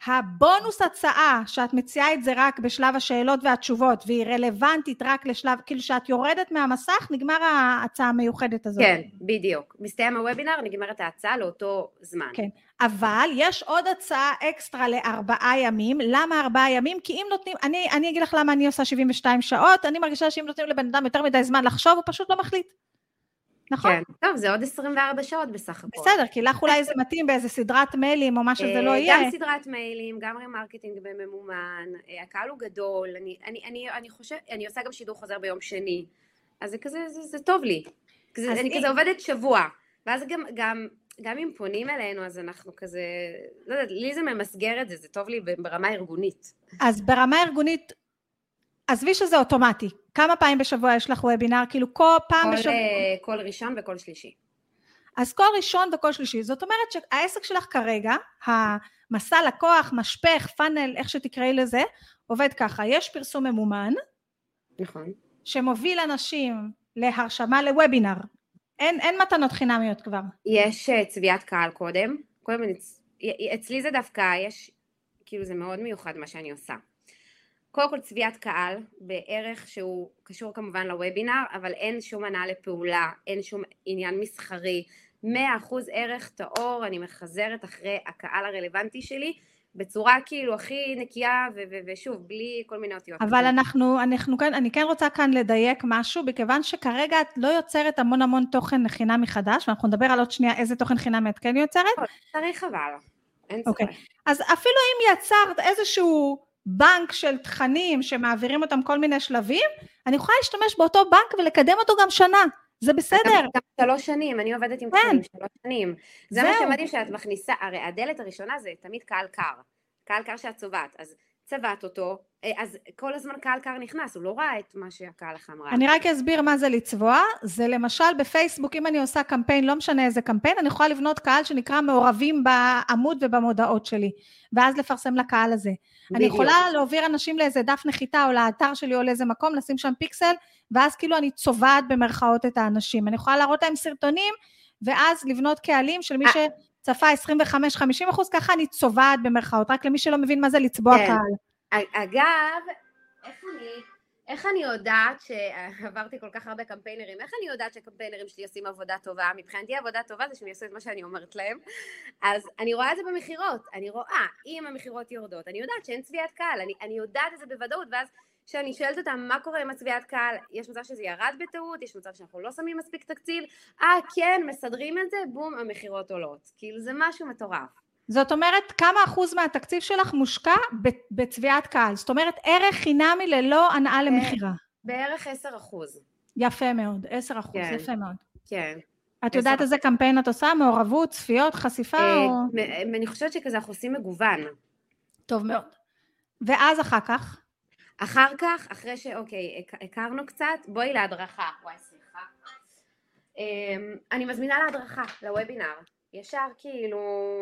הבונוס הצעה, שאת מציעה את זה רק בשלב השאלות והתשובות, והיא רלוונטית רק לשלב, כאילו שאת יורדת מהמסך, נגמר ההצעה המיוחדת הזאת. כן, בדיוק. מסתיים הוובינר, נגמרת ההצעה לאותו זמן. כן, אבל יש עוד הצעה אקסטרה לארבעה ימים. למה ארבעה ימים? כי אם נותנים, אני, אני אגיד לך למה אני עושה שבעים ושתיים שעות, אני מרגישה שאם נותנים לבן אדם יותר מדי זמן לחשוב, הוא פשוט לא מחליט. נכון? כן, טוב, זה עוד עשרים וארבע שעות בסך הכל. בסדר, כי לך אולי זה מתאים באיזה סדרת מיילים או מה שזה לא יהיה. גם סדרת מיילים, גם רמרקטינג בממומן, הקהל הוא גדול, אני, אני, אני, אני חושב, אני עושה גם שידור חוזר ביום שני, אז זה כזה, זה, זה טוב לי. כזה, אני כזה עובדת שבוע, ואז גם, גם, גם אם פונים אלינו, אז אנחנו כזה, לא יודעת, לי זה ממסגר את זה, זה טוב לי ברמה ארגונית. אז ברמה ארגונית, עזבי שזה אוטומטי. כמה פעמים בשבוע יש לך וובינר? כאילו כל פעם כל, בשבוע... כל ראשון וכל שלישי. אז כל ראשון וכל שלישי. זאת אומרת שהעסק שלך כרגע, המסע לקוח, משפך, פאנל, איך שתקראי לזה, עובד ככה. יש פרסום ממומן. נכון. שמוביל אנשים להרשמה לוובינר. אין, אין מתנות חינמיות כבר. יש צביעת קהל קודם. קודם אצלי זה דווקא, יש, כאילו זה מאוד מיוחד מה שאני עושה. קודם כל צביעת קהל, בערך שהוא קשור כמובן לוובינר, אבל אין שום הנעה לפעולה, אין שום עניין מסחרי, מאה אחוז ערך טהור, אני מחזרת אחרי הקהל הרלוונטי שלי, בצורה כאילו הכי נקייה, ו- ו- ושוב, בלי כל מיני אותיות. אבל אנחנו, אנחנו כאן, אני כן רוצה כאן לדייק משהו, בכיוון שכרגע את לא יוצרת המון המון תוכן חינמי מחדש, ואנחנו נדבר על עוד שנייה איזה תוכן חינמי את כן יוצרת. צריך אבל, אין אוקיי. צורך. אז אפילו אם יצרת איזשהו בנק של תכנים שמעבירים אותם כל מיני שלבים, אני יכולה להשתמש באותו בנק ולקדם אותו גם שנה. זה בסדר. גם שלוש שנים, אני עובדת עם תכנים שלוש שנים. זה מה שמדהים שאת מכניסה, הרי הדלת הראשונה זה תמיד קהל קר. קהל קר שאת צובעת, אז צבעת אותו, אז כל הזמן קהל קר נכנס, הוא לא ראה את מה שהקהל לך אמרה. אני רק אסביר מה זה לצבוע, זה למשל בפייסבוק, אם אני עושה קמפיין, לא משנה איזה קמפיין, אני יכולה לבנות קהל שנקרא מעורבים בעמוד ובמודעות שלי, ואז לפרסם לקהל הזה. אני יכולה להעביר אנשים לאיזה דף נחיתה, או לאתר שלי, או לאיזה מקום, לשים שם פיקסל, ואז כאילו אני צובעת במרכאות את האנשים. אני יכולה להראות להם סרטונים, ואז לבנות קהלים של מי שצפה עשרים וחמש עד חמישים אחוז, ככה אני צובעת במרכאות, רק למי שלא מבין מה זה לצבוע קהל. אגב, איך אני, איך אני יודעת שעברתי כל כך הרבה קמפיינרים, איך אני יודעת שקמפיינרים שלי עושים עבודה טובה? מבחינתי עבודה טובה זה שהם יעשו את מה שאני אומרת להם, אז אני רואה את זה במחירות, אני רואה, אם המחירות יורדות, אני יודעת שאין צביעת קהל, אני, אני יודעת את זה בוודאות, ואז כשאני שואלת אותם מה קורה עם הצביעת קהל, יש מצב שזה ירד בטעות, יש מצב שאנחנו לא שמים מספיק תקציב, אה כן, מסדרים את זה, בום, המחירות עולות, כאילו זה משהו מטורף. זאת אומרת, כמה אחוז מהתקציב שלך מושקע בצביעת קהל? זאת אומרת, ערך חינמי ללא הנעה למחירה. בערך עשרה אחוז. יפה מאוד, עשרה אחוז, יפה מאוד. כן. את יודעת איזה קמפיין את עושה? מעורבות, צפיות, חשיפה? אני חושבת שכזה אנחנו עושים מגוון. טוב מאוד. ואז אחר כך? אחר כך, אחרי שאוקיי, הכרנו קצת, בואי להדרכה. וואי, סליחה. אני מזמינה להדרכה, לוובינר. ישר כאילו...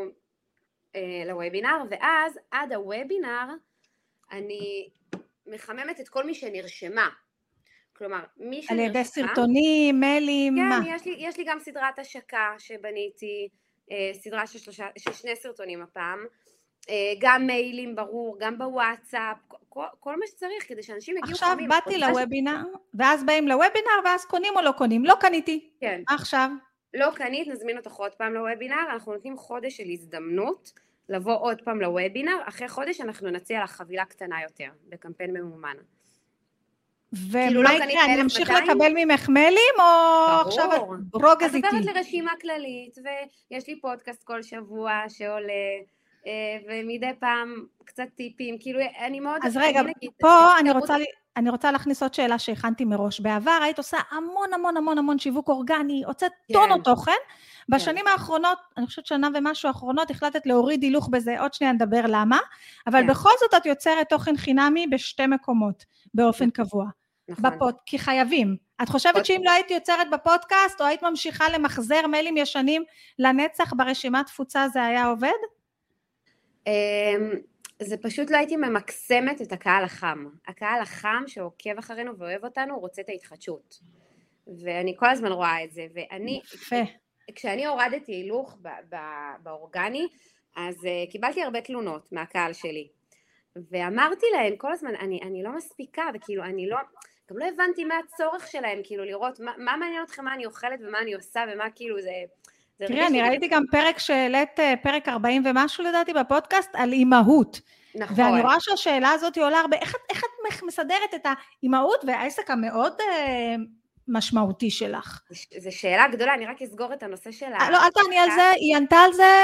לוובינר, ואז עד הוובינר אני מחממת את כל מי שנרשמה. כלומר, מי שנרשמה... על ידי סרטונים, מיילים, כן, מה? יש לי, יש לי גם סדרת השקה שבניתי, סדרה של, שלושה, של שני סרטונים הפעם, גם מיילים ברור, גם בוואטסאפ, כל, כל מה שצריך כדי שאנשים יגיעו עכשיו חמים. באתי לוובינר, ואז באים לוובינר, ואז קונים או לא קונים, לא קניתי. כן. עכשיו? לא קנית, נזמין אותך עוד פעם לוובינר, אנחנו נותנים חודש של הזדמנות, לבוא עוד פעם לוובינר, אחרי חודש אנחנו נציע לך חבילה קטנה יותר, בקמפיין ממומן. ומה יקרה, אני אמשיך לקבל ממך מיילים, או עכשיו רוגז איתי? את עוברת לרשימה כללית, ויש לי פודקאסט כל שבוע שעולה, ומדי פעם קצת טיפים, כאילו אני מאוד... אז רגע, פה אני רוצה, אני רוצה להכניס עוד שאלה שהכנתי מראש. בעבר היית עושה המון המון המון המון שיווק אורגני, הוצאת טונות תוכן, בשנים האחרונות, אני חושבת שנה ומשהו האחרונות, החלטת להוריד הילוך בזה, עוד שנייה נדבר למה, אבל בכל זאת את יוצרת תוכן חינמי בשתי מקומות, באופן קבוע. בפוד, כי חייבים. את חושבת שאם לא היית יוצרת בפודקאסט, או היית ממשיכה למחזר מיילים ישנים לנצח ברשימת תפוצה, זה היה עובד? זה פשוט לא הייתי ממקסמת את הקהל החם. הקהל החם שעוקב אחרינו ואוהב אותנו, רוצה את ההתחדשות. ואני כל הזמן רואה את זה. ואני, כשאני הורדתי הילוך באורגני, אז קיבלתי הרבה תלונות מהקהל שלי. ואמרתי להם כל הזמן, אני, אני לא מספיקה, וכאילו אני לא, גם לא הבנתי מה הצורך שלהם, כאילו לראות מה, מה מעניין אתכם, מה אני אוכלת ומה אני עושה, ומה כאילו זה... תראי, אני ראיתי גם פרק שהעלית, פרק ארבעים ומשהו לדעתי בפודקאסט, על אימהות. נכון. ואני רואה שהשאלה הזאת עולה הרבה, איך, איך את מסדרת את האימהות והעסק המאוד משמעותי שלך? זו שאלה גדולה, אני רק אסגור את הנושא שלה. לא, אל תעני על זה, היא ענתה על זה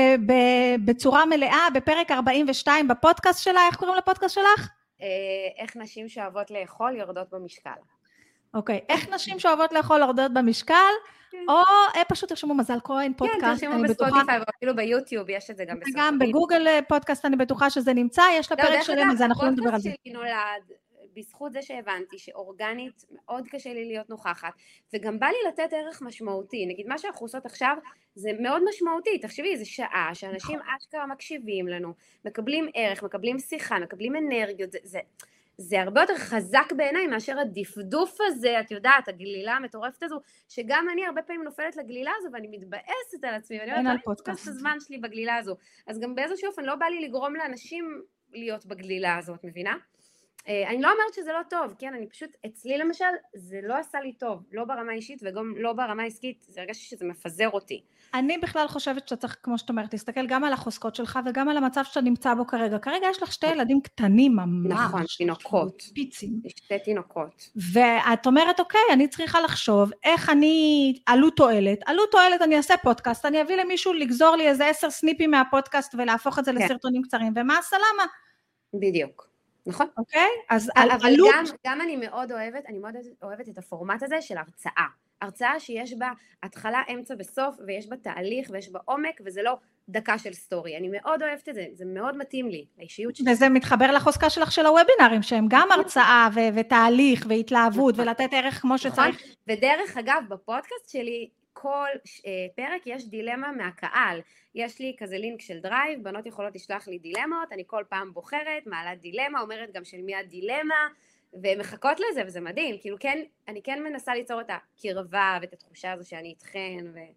בצורה מלאה, בפרק ארבעים ושתיים בפודקאסט שלה, איך קוראים לפודקאסט שלך? איך נשים שאוהבות לאכול יורדות במשקל. אוקיי, איך נשים שאוהבות לאכול יורדות במשקל, או פשוט תרשמו מזל כהן פודקאסט, כן, תרשמו בספוטיפיי, ואפילו ביוטיוב, יש את זה גם בספוטיפיי. גם בגוגל פודקאסט אני בטוחה שזה נמצא, יש לה פרק שלם, אז אנחנו לא נדבר על זה. הפודקאסט שלי נולד בזכות זה שהבנתי שאורגנית מאוד קשה לי להיות נוכחת, וגם בא לי לתת ערך משמעותי. נגיד, מה שאנחנו עושות עכשיו זה מאוד משמעותי. תחשבי, זה שעה שאנשים אשכרה מקשיבים לנו, מקבלים ערך, מקבלים שיחה, מקבלים אנרגיות, זה, זה, זה הרבה יותר חזק בעיניי מאשר הדפדוף הזה, את יודעת, הגלילה המטורפת הזו, שגם אני הרבה פעמים נופלת לגלילה הזו, ואני מתבאסת על עצמי, ואני אומרת, אני פודקאסט את הזמן שלי בגלילה הזו. אז גם באיזשהו אופן לא בא לי לגרום לאנשים להיות בגלילה הזאת, מבינה? אני לא אומרת שזה לא טוב, כן, אני פשוט, אצלי למשל, זה לא עשה לי טוב, לא ברמה אישית וגם לא ברמה עסקית, זה הרגשתי שזה מפזר אותי. אני בכלל חושבת שאתה צריך, כמו שאת אומרת, להסתכל גם על החוזקות שלך וגם על המצב שאתה נמצא בו כרגע. כרגע יש לך שתי ילדים קטנים ממש. נכון, תינוקות. פיצים. שתי תינוקות. ואת אומרת, אוקיי, אני צריכה לחשוב איך אני, עלו תועלת, עלו תועלת, אני אעשה פודקאסט, אני אביא למישהו לגזור לי איזה עשר סניפים מהפודקאסט ולהפוך את זה לסרטונים קצרים, ומה הסלמה? בדיוק. נכון. אוקיי? אז אבל עלות... גם, גם אני מאוד אוהבת, אני מאוד אוהבת את הפורמט הזה של הרצאה. הרצאה שיש בה התחלה, אמצע וסוף, ויש בה תהליך ויש בה עומק, וזה לא דקה של סטורי. אני מאוד אוהבת את זה, זה מאוד מתאים לי, לאישיות שלי. וזה מתחבר לחוזקה שלך של הוובינרים, שהם גם הרצאה ו- ותהליך והתלהבות, ולתת ערך כמו שצריך. ודרך אגב, בפודקאסט שלי, כל פרק יש דילמה מהקהל. יש לי כזה לינק של דרייב, בנות יכולות לשלוח לי דילמות, אני כל פעם בוחרת, מעלה דילמה, אומרת גם של מי הדילמה, ומחכות לזה, וזה מדהים. כאילו כן, אני כן מנסה ליצור את הקרבה ואת התחושה הזו שאני איתכן. ו...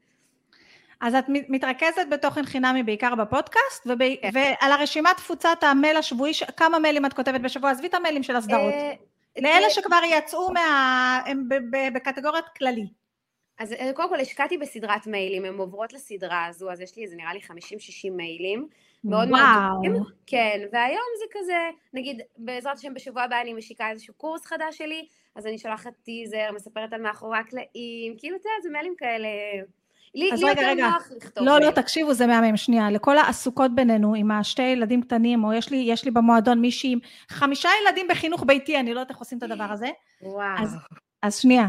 אז את מתרכזת בתוכן חינמי בעיקר בפודקאסט, וב... כן. ועל הרשימת תפוצת המייל השבועי, כמה מיילים את כותבת בשבוע? עזבי את המיילים של הסדרות. לאלה שכבר יצאו מה... הם בקטגוריית כללי. אז קודם כל השקעתי בסדרת מיילים, הן עוברות לסדרה הזו, אז יש לי איזה נראה לי חמישים שישים מיילים, מאוד מאוד טובים, כן, והיום זה כזה, נגיד בעזרת השם בשבוע הבא אני משיקה איזשהו קורס חדש שלי, אז אני שולחת טיזר, מספרת על מאחורי הקלעים, כאילו אתה יודע, זה מיילים כאלה, לי יותר נוח לכתוב. לא, לא, תקשיבו, זה מהמם, שנייה, לכל העסוקות בינינו, עם השתי ילדים קטנים, או יש לי, יש לי במועדון מישהי עם חמישה ילדים בחינוך ביתי, אני לא יודעת איך עושים את הדבר הזה. וואו. אז שנייה.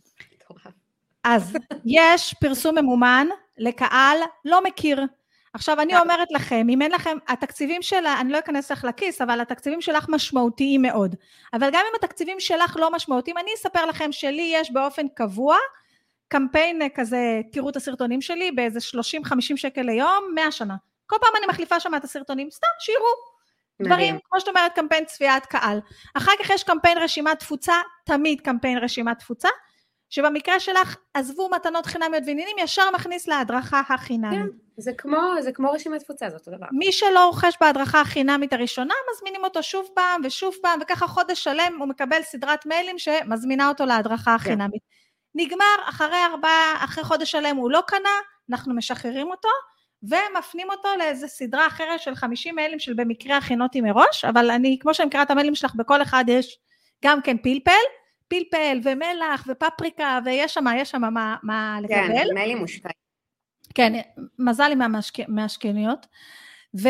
אז יש פרסום ממומן לקהל לא מכיר. עכשיו אני אומרת לכם, אם אין לכם, התקציבים שלה, אני לא אכנס לך לכיס, אבל התקציבים שלך משמעותיים מאוד. אבל גם אם התקציבים שלך לא משמעותיים, אני אספר לכם שלי יש באופן קבוע, קמפיין כזה, תראו את הסרטונים שלי, באיזה שלושים חמישים שקל ליום, מאה שנה. כל פעם אני מחליפה שם את הסרטונים, סתם שירו. דברים, כמו שאת אומרת, קמפיין צפיית קהל. אחר כך יש קמפיין רשימת תפוצה, תמיד קמפיין רשימת תפוצה, שבמקרה שלך עזבו מתנות חינמיות ועניינים, ישר מכניס להדרכה החינמית. כן, זה כמו, זה כמו רשימת תפוצה, זאת אותו דבר. מי שלא רוכש בהדרכה החינמית הראשונה, מזמינים אותו שוב פעם ושוב פעם, וככה חודש שלם הוא מקבל סדרת מיילים שמזמינה אותו להדרכה החינמית. כן. נגמר, אחרי ארבעה, אחרי חודש שלם הוא לא קנה, אנחנו משחררים אותו, ומפנים אותו לאיזו סדרה אחרת של חמישים מיילים של במקרה הכינותי מראש, אבל אני, כמו שאני מכירה את המיילים שלך, בכל אחד יש גם כן פלפל, פלפל ומלח ופפריקה, ויש שם, יש שם מה, מה לקבל. כן, מיילים מושקעים. כן, מזל לי מהמשכניות, ו...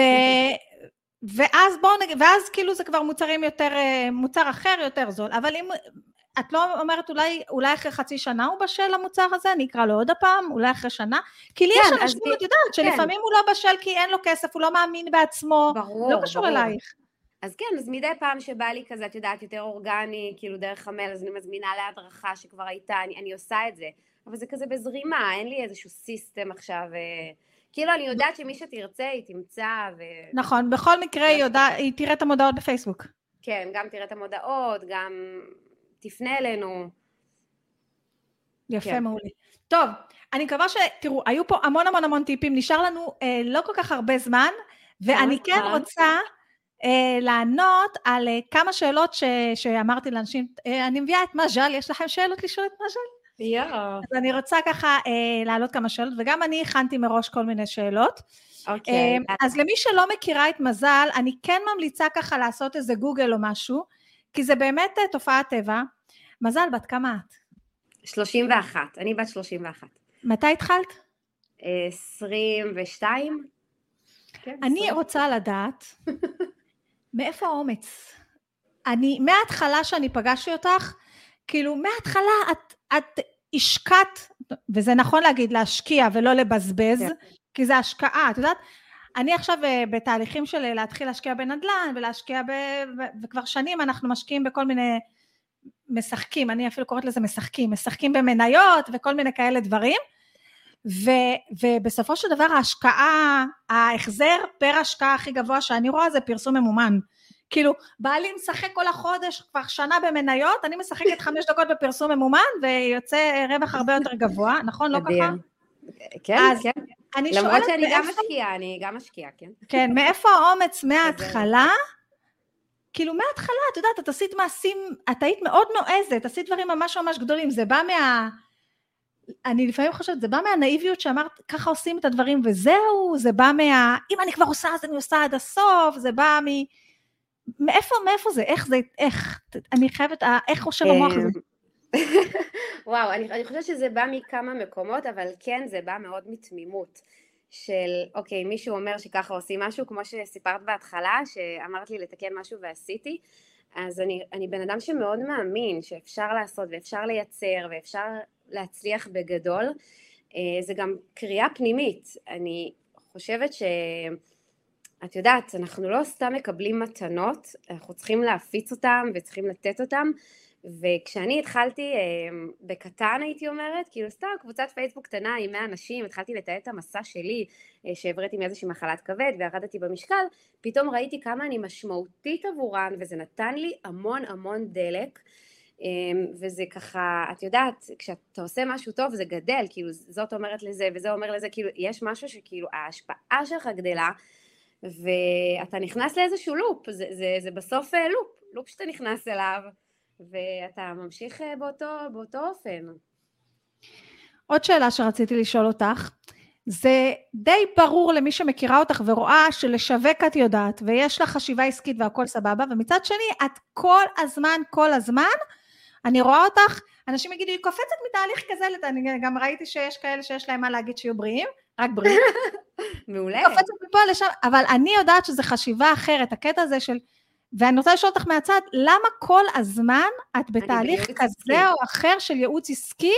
ואז בואו נגיד, ואז כאילו זה כבר מוצרים יותר, מוצר אחר יותר זול, אבל אם את לא אומרת אולי, אולי אחרי חצי שנה הוא בשל למוצר הזה, אני אקרא לו עוד הפעם, אולי אחרי שנה, כי לי כן, יש אנשים, את יודעת, שלפעמים כן. הוא לא בשל כי אין לו כסף, הוא לא מאמין בעצמו, ברור, לא קשור ברור. אלייך. אז כן, אז מדי פעם שבא לי כזה, את יודעת, יותר אורגני, כאילו דרך המייל, אז אני מזמינה להדרכה שכבר הייתה, אני, אני עושה את זה, אבל זה כזה בזרימה, אין לי איזשהו סיסטם עכשיו, כאילו אני יודעת שמי שתרצה היא תמצא. ו... נכון, בכל מקרה היא, יודע, היא תראה את המודעות בפייסבוק. כן, גם תראה את המודעות, גם תפנה אלינו. יפה, כן. מעולה. טוב, אני מקווה שתראו, היו פה המון המון המון טיפים, נשאר לנו אה, לא כל כך הרבה זמן, ואני כן רוצה אה, לענות על אה, כמה שאלות ש, שאמרתי לאנשים, אה, אני מביאה את מז'ל, יש לכם שאלות לשאול את מז'ל? Yeah. אז אני רוצה ככה אה, להעלות כמה שאלות, וגם אני הכנתי מראש כל מיני שאלות. Okay. אה, אז למי שלא מכירה את מזל, אני כן ממליצה ככה לעשות איזה גוגל או משהו, כי זה באמת אה, תופעת טבע. מזל, בת כמה את? שלושים ואחת, אני בת שלושים ואחת. מתי התחלת? עשרים ושתיים. כן, אני עשרים. רוצה לדעת, מאיפה האומץ? אני, מההתחלה שאני פגשתי אותך, כאילו מההתחלה את, את השקעת, וזה נכון להגיד להשקיע ולא לבזבז, כן. כי זה השקעה, את יודעת? אני עכשיו בתהליכים של להתחיל להשקיע בנדל"ן, ולהשקיע ב... וכבר שנים אנחנו משקיעים בכל מיני משחקים, אני אפילו קוראת לזה משחקים, משחקים במניות וכל מיני כאלה דברים, ו, ובסופו של דבר ההשקעה, ההחזר פר השקעה הכי גבוה שאני רואה זה פרסום ממומן, כאילו בעלי משחק כל החודש כבר שנה במניות, אני משחקת חמש דקות בפרסום ממומן ויוצא רווח הרבה יותר גבוה, נכון? לא ככה? כן, כן. למרות שאני גם משקיעה, אני גם משקיעה, כן. כן, מאיפה האומץ מההתחלה? כאילו מההתחלה, את יודעת, את עשית מעשים, את היית מאוד נועזת, עשית דברים ממש ממש גדולים, זה בא מה... אני לפעמים חושבת, זה בא מהנאיביות שאמרת, ככה עושים את הדברים וזהו, זה בא מה... אם אני כבר עושה, אז אני עושה עד הסוף, זה בא מ... מאיפה, מאיפה זה? איך זה, איך? אני חייבת, איך חושב המוח הזה? וואו, אני, אני חושבת שזה בא מכמה מקומות, אבל כן, זה בא מאוד מתמימות. של, אוקיי, מישהו אומר שככה עושים משהו, כמו שסיפרת בהתחלה, שאמרת לי לתקן משהו ועשיתי, אז אני, אני בן אדם שמאוד מאמין שאפשר לעשות ואפשר לייצר ואפשר להצליח בגדול, זה גם קריאה פנימית. אני חושבת שאת יודעת, אנחנו לא סתם מקבלים מתנות, אנחנו צריכים להפיץ אותם וצריכים לתת אותם, וכשאני התחלתי בקטן הייתי אומרת, כאילו סתם קבוצת פייסבוק קטנה עם מאה אנשים, התחלתי לתאר את המסע שלי, שהבראתי מאיזושהי מחלת כבד וירדתי במשקל, פתאום ראיתי כמה אני משמעותית עבורן, וזה נתן לי המון המון דלק, וזה ככה, את יודעת, כשאתה עושה משהו טוב זה גדל, כאילו זאת אומרת לזה וזה אומר לזה, כאילו יש משהו שכאילו ההשפעה שלך גדלה, ואתה נכנס לאיזשהו לופ, זה, זה, זה בסוף לופ, לופ שאתה נכנס אליו, ואתה ממשיך באותו, באותו אופן. עוד שאלה שרציתי לשאול אותך, זה די ברור למי שמכירה אותך ורואה שלשווק את יודעת, ויש לך חשיבה עסקית והכל סבבה, ומצד שני את כל הזמן, כל הזמן, אני רואה אותך, אנשים יגידו, היא קופצת מתהליך כזה, אני גם ראיתי שיש כאלה שיש להם מה להגיד שיהיו בריאים, רק בריאים. מעולה. קופצת מפה לשם, אבל אני יודעת שזה חשיבה אחרת, הקטע הזה של, ואני רוצה לשאול אותך מהצד, למה כל הזמן את בתהליך כזה או אחר של ייעוץ עסקי,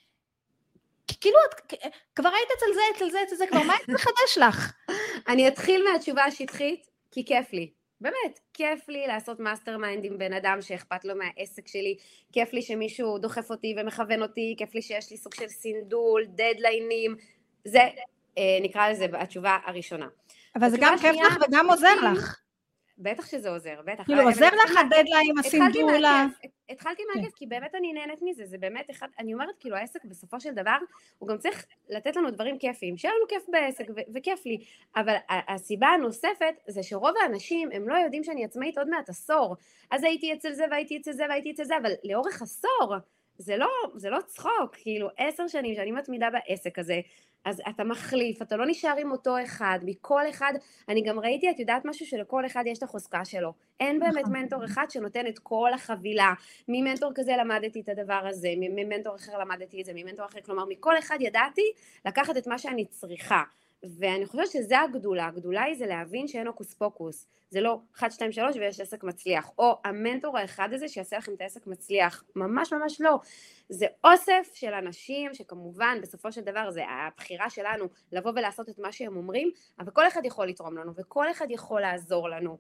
כאילו את כבר היית אצל זה, אצל זה, אצל זה, כבר מה היית מחדש לך? אני אתחיל מהתשובה השטחית, כי כיף לי. באמת, כיף לי לעשות מאסטר מיינד עם בן אדם שאכפת לו מהעסק שלי, כיף לי שמישהו דוחף אותי ומכוון אותי, כיף לי שיש לי סוג של סינדול, דדליינים, זה נקרא לזה התשובה הראשונה. אבל זה גם כיף לך וגם עוזר לך. בטח שזה עוזר, בטח. כאילו עוזר לך הדדליין, הסינדולה. התחלתי מהכיף, כי באמת אני נהנית מזה, זה באמת אחד, אני אומרת כאילו העסק בסופו של דבר, הוא גם צריך לתת לנו דברים כיפיים, שיהיה לנו כיף בעסק וכיף לי, אבל הסיבה הנוספת זה שרוב האנשים הם לא יודעים שאני עצמאית עוד מעט עשור, אז הייתי אצל זה והייתי אצל זה והייתי אצל זה, אבל לאורך עשור, זה לא, זה לא צחוק, כאילו עשר שנים שאני מתמידה בעסק הזה, אז אתה מחליף, אתה לא נשאר עם אותו אחד, מכל אחד, אני גם ראיתי, את יודעת משהו שלכל אחד יש את החוזקה שלו, אין באמת מנטור אחד שנותן את כל החבילה, ממנטור כזה למדתי את הדבר הזה, ממנטור אחר למדתי את זה, ממנטור אחר, כלומר מכל אחד ידעתי לקחת את מה שאני צריכה, ואני חושבת שזה הגדולה, הגדולה היא זה להבין שאין הוקוס פוקוס, זה לא אחת, שתיים, שלוש ויש עסק מצליח, או המנטור האחד הזה שיעשה לכם את העסק מצליח, ממש ממש לא, זה אוסף של אנשים שכמובן בסופו של דבר זה הבחירה שלנו לבוא ולעשות את מה שהם אומרים, אבל כל אחד יכול לתרום לנו וכל אחד יכול לעזור לנו,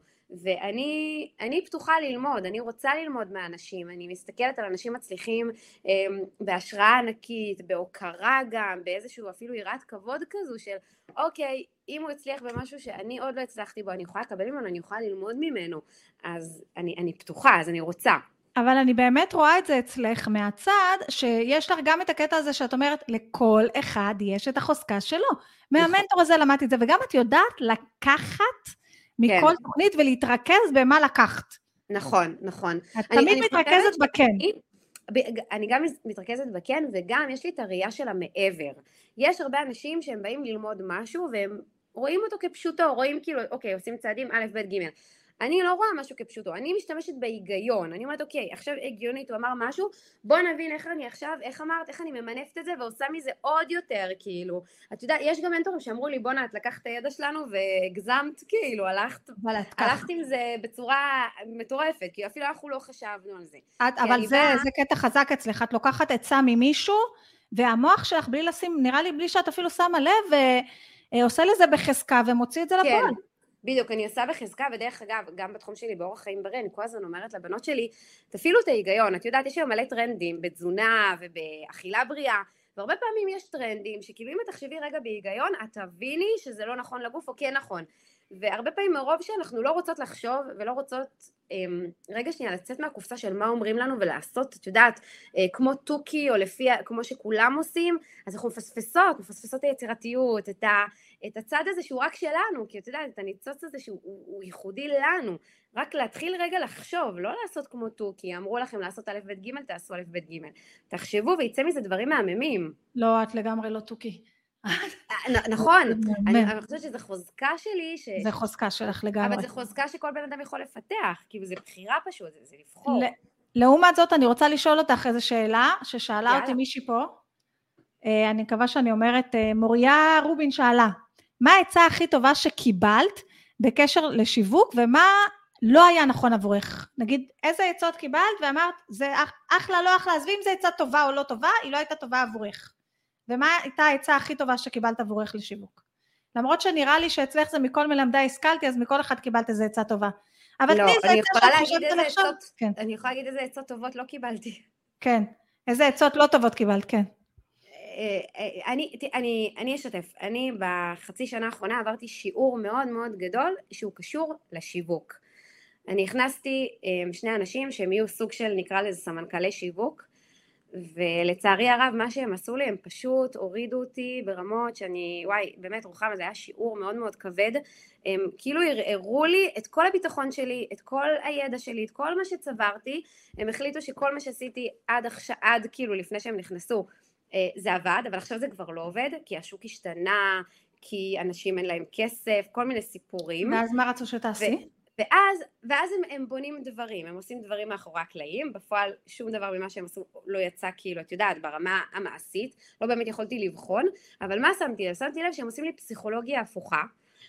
ואני אני פתוחה ללמוד, אני רוצה ללמוד מהאנשים, אני מסתכלת על אנשים מצליחים אה, בהשראה ענקית, בהוקרה גם, באיזשהו אפילו יראת כבוד כזו של אוקיי, אם הוא הצליח במשהו שאני עוד לא הצלחתי בו, אני יכולה לקבל ממנו, אני יכולה ללמוד ממנו, אז אני, אני פתוחה, אז אני רוצה. אבל אני באמת רואה את זה אצלך מהצד, שיש לך גם את הקטע הזה שאת אומרת, לכל אחד יש את החוזקה שלו. מהמנטור הזה למדתי את זה, וגם את יודעת לקחת מכל תוכנית ולהתרכז במה לקחת. נכון, נכון. את תמיד מתרכזת בכן. אני גם מתרכזת בכן, וגם יש לי את הראייה של המעבר. יש הרבה אנשים שהם באים ללמוד משהו, והם רואים אותו כפשוטו, רואים כאילו, אוקיי, עושים צעדים א', ב', ג'. אני לא רואה משהו כפשוטו, אני משתמשת בהיגיון, אני אומרת אוקיי, עכשיו הגיונית הוא אמר משהו, בוא נבין איך אני עכשיו, איך אמרת, איך אני ממנפת את זה ועושה מזה עוד יותר כאילו, את יודעת, יש גם מנטורים שאמרו לי בוא נה, את לקחת את הידע שלנו והגזמת כאילו, הלכת, הלכת עם זה בצורה מטורפת, כי אפילו אנחנו לא חשבנו על זה. את, אבל זה, בא... זה קטע חזק אצלך, את לוקחת עצה ממישהו, והמוח שלך בלי לשים, נראה לי בלי שאת אפילו שמה לב, ועושה לזה בחזקה ומוציא את זה כן. לפועל. בדיוק, אני עושה בחזקה, ודרך אגב, גם בתחום שלי, באורח חיים בריא, אני כל הזמן אומרת לבנות שלי, תפעילו את ההיגיון, את יודעת, יש היום מלא טרנדים, בתזונה ובאכילה בריאה, והרבה פעמים יש טרנדים, שכאילו אם את תחשבי רגע בהיגיון, את תביני שזה לא נכון לגוף, או כן נכון, והרבה פעמים מרוב שאנחנו לא רוצות לחשוב, ולא רוצות, אמ, רגע שנייה, לצאת מהקופסה של מה אומרים לנו, ולעשות, את יודעת, אה, כמו טוקי, או לפי, כמו שכולם עושים, אז אנחנו מפספסות, מפספסות היצירתיות, את ה... את הצד הזה שהוא רק שלנו, כי את יודעת, את הניצוץ הזה שהוא הוא, הוא ייחודי לנו, רק להתחיל רגע לחשוב, לא לעשות כמו טוקי, אמרו לכם לעשות א' ב' ג', תעשו א' ב' ג', תחשבו ויצא מזה דברים מהממים. לא, את לגמרי לא טוקי. נכון, אני חושבת שזו חוזקה שלי, זה חוזקה שלך לגמרי. אבל זה חוזקה שכל בן אדם יכול לפתח, כאילו זה בחירה פשוט, זה לבחור. לעומת זאת, אני רוצה לשאול אותך איזו שאלה, ששאלה אותי מישהי פה, אני מקווה שאני אומרת, מוריה רובין שאלה, מה העצה הכי טובה שקיבלת בקשר לשיווק, ומה לא היה נכון עבורך? נגיד, איזה עצות קיבלת ואמרת, זה אחלה, לא אחלה, עזבי אם זה עצה טובה או לא טובה, היא לא הייתה טובה עבורך. ומה הייתה העצה הכי טובה שקיבלת עבורך לשיווק? למרות שנראה לי שאצלך זה מכל מלמדי השכלתי, אז מכל אחד קיבלת איזה עצה טובה. אבל לא, תני אני יכולה להגיד איזה עצות, כן. אני יכולה להגיד איזה עצות טובות לא קיבלתי. כן, איזה עצות לא טובות קיבלת, כן. אני, אני, אני אשתף, אני בחצי שנה האחרונה עברתי שיעור מאוד מאוד גדול שהוא קשור לשיווק. אני הכנסתי שני אנשים שהם יהיו סוג של נקרא לזה סמנכ"לי שיווק, ולצערי הרב מה שהם עשו לי הם פשוט הורידו אותי ברמות שאני וואי באמת רוחמה זה היה שיעור מאוד מאוד כבד, הם כאילו הראו לי את כל הביטחון שלי, את כל הידע שלי, את כל מה שצברתי, הם החליטו שכל מה שעשיתי עד עכשיו, עד כאילו לפני שהם נכנסו זה עבד, אבל עכשיו זה כבר לא עובד, כי השוק השתנה, כי אנשים אין להם כסף, כל מיני סיפורים. ואז מה רצו שתעשי? ו- ואז, ואז הם, הם בונים דברים, הם עושים דברים מאחורי הקלעים, בפועל שום דבר ממה שהם עשו לא יצא כאילו, את יודעת, ברמה המעשית, לא באמת יכולתי לבחון, אבל מה שמתי לב? שמתי לב שהם עושים לי פסיכולוגיה הפוכה,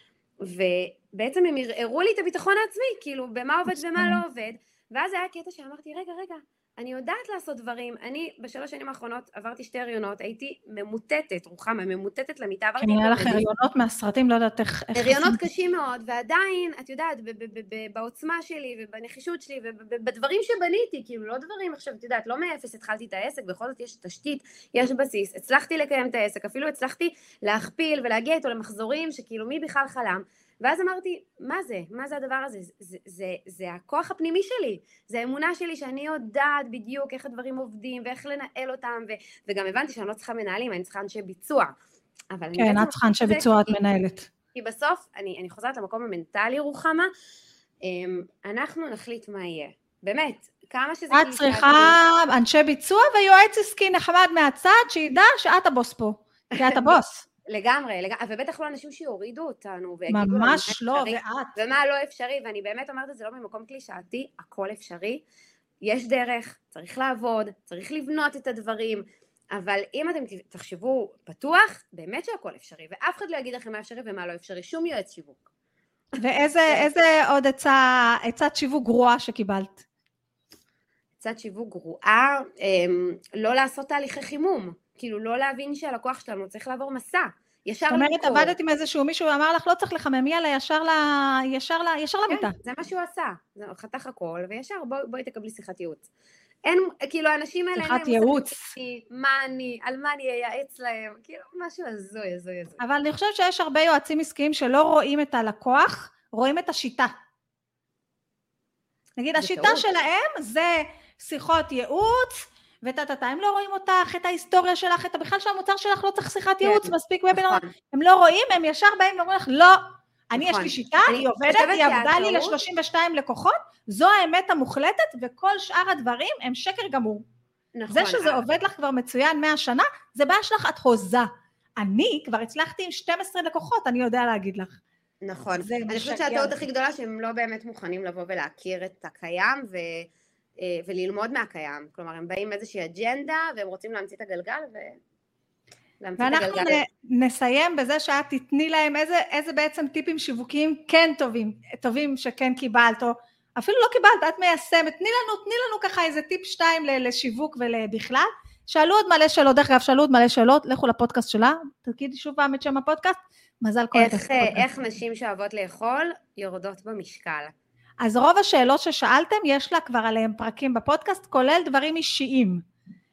ובעצם הם הראו לי את הביטחון העצמי, כאילו במה עובד ומה לא עובד, ואז היה קטע שאמרתי, רגע, רגע, אני יודעת לעשות דברים, אני בשלוש שנים האחרונות עברתי שתי הריונות, הייתי ממוטטת, רוחמה, ממוטטת למיטה, עברתי... כן, היה לך הריונות מהסרטים, לא יודעת איך... הריונות קשים מאוד, ועדיין, את יודעת, בעוצמה שלי ובנחישות שלי ובדברים שבניתי, כאילו לא דברים, עכשיו, את יודעת, לא מאפס התחלתי את העסק, בכל זאת יש תשתית, יש בסיס, הצלחתי לקיים את העסק, אפילו הצלחתי להכפיל ולהגיע איתו למחזורים שכאילו מי בכלל חלם, ואז אמרתי, מה זה? מה זה הדבר הזה? זה, זה, זה, זה הכוח הפנימי שלי, זה האמונה שלי שאני יודעת בדיוק איך הדברים עובדים, ואיך לנהל אותם, ו, וגם הבנתי שאני לא צריכה מנהלים, אני צריכה אנשי ביצוע. כן, את צריכה אנשי ביצוע, את מנהלת. כי בסוף, אני, אני חוזרת למקום המנטלי, רוחמה, אנחנו נחליט מה יהיה. באמת, כמה שזה... את צריכה אנשי ביצוע ויועץ עסקי נחמד מהצד, שידע שאת הבוס פה, כי את הבוס. לגמרי, לגמרי, ובטח לא אנשים שיורידו אותנו, ממש לא, ואת. ומה לא אפשרי, ואני באמת אומרת את זה לא ממקום קלישאתי, הכל אפשרי, יש דרך, צריך לעבוד, צריך לבנות את הדברים, אבל אם אתם תחשבו פתוח, באמת שהכל אפשרי, ואף אחד לא יגיד לכם מה אפשרי ומה לא אפשרי, שום יועץ שיווק. ואיזה עוד עצת שיווק גרועה שקיבלת? עצת שיווק גרועה, לא לעשות תהליכי חימום, כאילו לא להבין שהלקוח שלנו צריך לעבור מסע, ישר למקור. זאת אומרת, עבדת עם איזשהו מישהו אמר לך, לא צריך לחמם, יאללה, ישר, לה, ישר, לה, ישר למיטה. כן, זה מה שהוא עשה, זה חתך הכל, וישר בואי, בואי תקבלי שיחת ייעוץ. אין, כאילו, האנשים האלה... שיחת ייעוץ. מה אני, על מה אני אייעץ להם, כאילו, משהו הזוי, הזוי, הזוי. אבל אני חושבת שיש הרבה יועצים עסקיים שלא רואים את הלקוח, רואים את השיטה. נגיד, השיטה טעות. שלהם זה שיחות ייעוץ, וטטטה, הם לא רואים אותך, את ההיסטוריה שלך, את בכלל שהמוצר שלך לא צריך שיחת ייעוץ, כן, מספיק וובינר, נכון. הם לא רואים, הם ישר באים ואומרים לך, לא, אני נכון. יש לי שיטה, אני היא עובדת, היא עבדה לי ל-שלושים ושתיים לקוחות, זו האמת המוחלטת, וכל שאר הדברים הם שקר גמור. נכון. זה שזה עובד לך כבר מצוין מאה שנה, זה בעיה שלך, את הוזה. אני כבר הצלחתי עם שתים עשרה לקוחות, אני יודע להגיד לך. נכון, אני חושבת שהטעות הכי גדולה שהם לא באמת מוכנים לבוא ולהכיר את הקיים ו... וללמוד מהקיים, כלומר הם באים איזושהי אג'נדה והם רוצים להמציא את הגלגל ו... ואנחנו נסיים בזה שאת תתני להם איזה, איזה בעצם טיפים שיווקיים כן טובים, טובים שכן קיבלת, או אפילו לא קיבלת, את מיישמת, תני לנו, תני לנו ככה איזה טיפ שתיים לשיווק ולבכלל, שאלו עוד מלא שאלות, דרך אגב, שאלו עוד מלא שאלות, לכו לפודקאסט שלה, תגידי שוב פעם את שם הפודקאסט, מזל כל איך, איך נשים שאוהבות לאכול יורדות במשקל? אז רוב השאלות ששאלתם, יש לה כבר עליהם פרקים בפודקאסט, כולל דברים אישיים.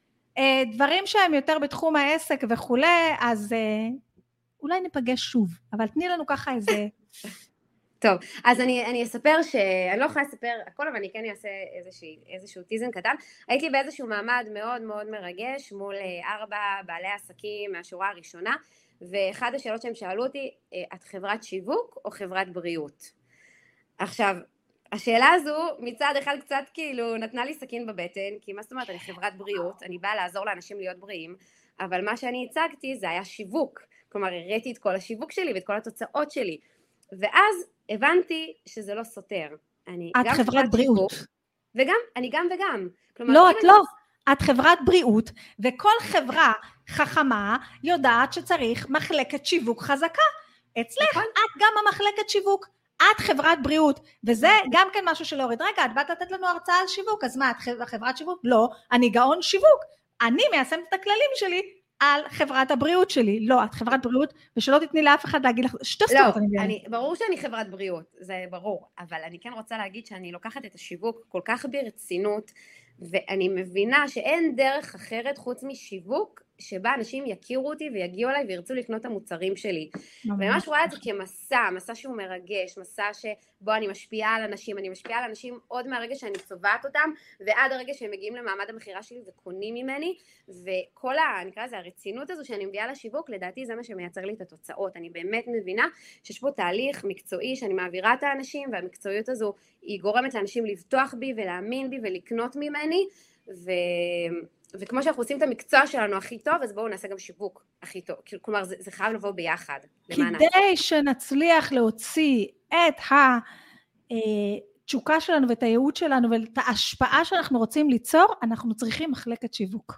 דברים שהם יותר בתחום העסק וכולי, אז אולי ניפגש שוב, אבל תני לנו ככה איזה... טוב, אז אני, אני אספר שאני לא יכולה לספר הכל, אבל אני כן אעשה איזשהו, איזשהו טיזן קטן. הייתי באיזשהו מעמד מאוד מאוד מרגש, מול ארבע בעלי עסקים מהשורה הראשונה, ואחד השאלות שהם שאלו אותי, את חברת שיווק או חברת בריאות? עכשיו, השאלה הזו מצד אחד קצת כאילו נתנה לי סכין בבטן, כי מה זאת אומרת, אני חברת בריאות, אני באה לעזור לאנשים להיות בריאים, אבל מה שאני הצגתי זה היה שיווק, כלומר הראיתי את כל השיווק שלי ואת כל התוצאות שלי, ואז הבנתי שזה לא סותר. אני את חברת בריאות. שיווק, וגם, אני גם וגם. כלומר, לא, את לא, את חברת בריאות, וכל חברה חכמה יודעת שצריך מחלקת שיווק חזקה. אצלך, את גם המחלקת שיווק. את חברת בריאות, וזה גם כן משהו שלא הוריד. רגע, את באת לתת לנו הרצאה על שיווק, אז מה, את חברת שיווק? לא, אני גאון שיווק. אני מיישמת את הכללים שלי על חברת הבריאות שלי. לא, את חברת בריאות, ושלא תתני לאף אחד להגיד לך, שתי סתירות. לא, אני, ברור שאני חברת בריאות, זה ברור, אבל אני כן רוצה להגיד שאני לוקחת את השיווק כל כך ברצינות, ואני מבינה שאין דרך אחרת חוץ משיווק, שבה אנשים יכירו אותי ויגיעו אליי וירצו לקנות את המוצרים שלי. ואני ממש רואה את זה כמסע, מסע שהוא מרגש, מסע שבו אני משפיעה על אנשים, אני משפיעה על אנשים עוד מהרגע שאני צובעת אותם, ועד הרגע שהם מגיעים למעמד המחירה שלי וקונים ממני, וכל ה, נקרא לזה, הרצינות הזו שאני מביאה לשיווק, לדעתי זה מה שמייצר לי את התוצאות. אני באמת מבינה שיש פה תהליך מקצועי שאני מעבירה את האנשים, והמקצועיות הזו היא גורמת לאנשים לבטוח בי ולהאמין בי ולקנות ממני, ו... וכמו שאנחנו עושים את המקצוע שלנו הכי טוב, אז בואו נעשה גם שיווק הכי טוב. כלומר, זה, זה חייב לבוא ביחד. כדי שנצליח להוציא את התשוקה שלנו ואת הייעוד שלנו ואת ההשפעה שאנחנו רוצים ליצור, אנחנו צריכים מחלקת שיווק.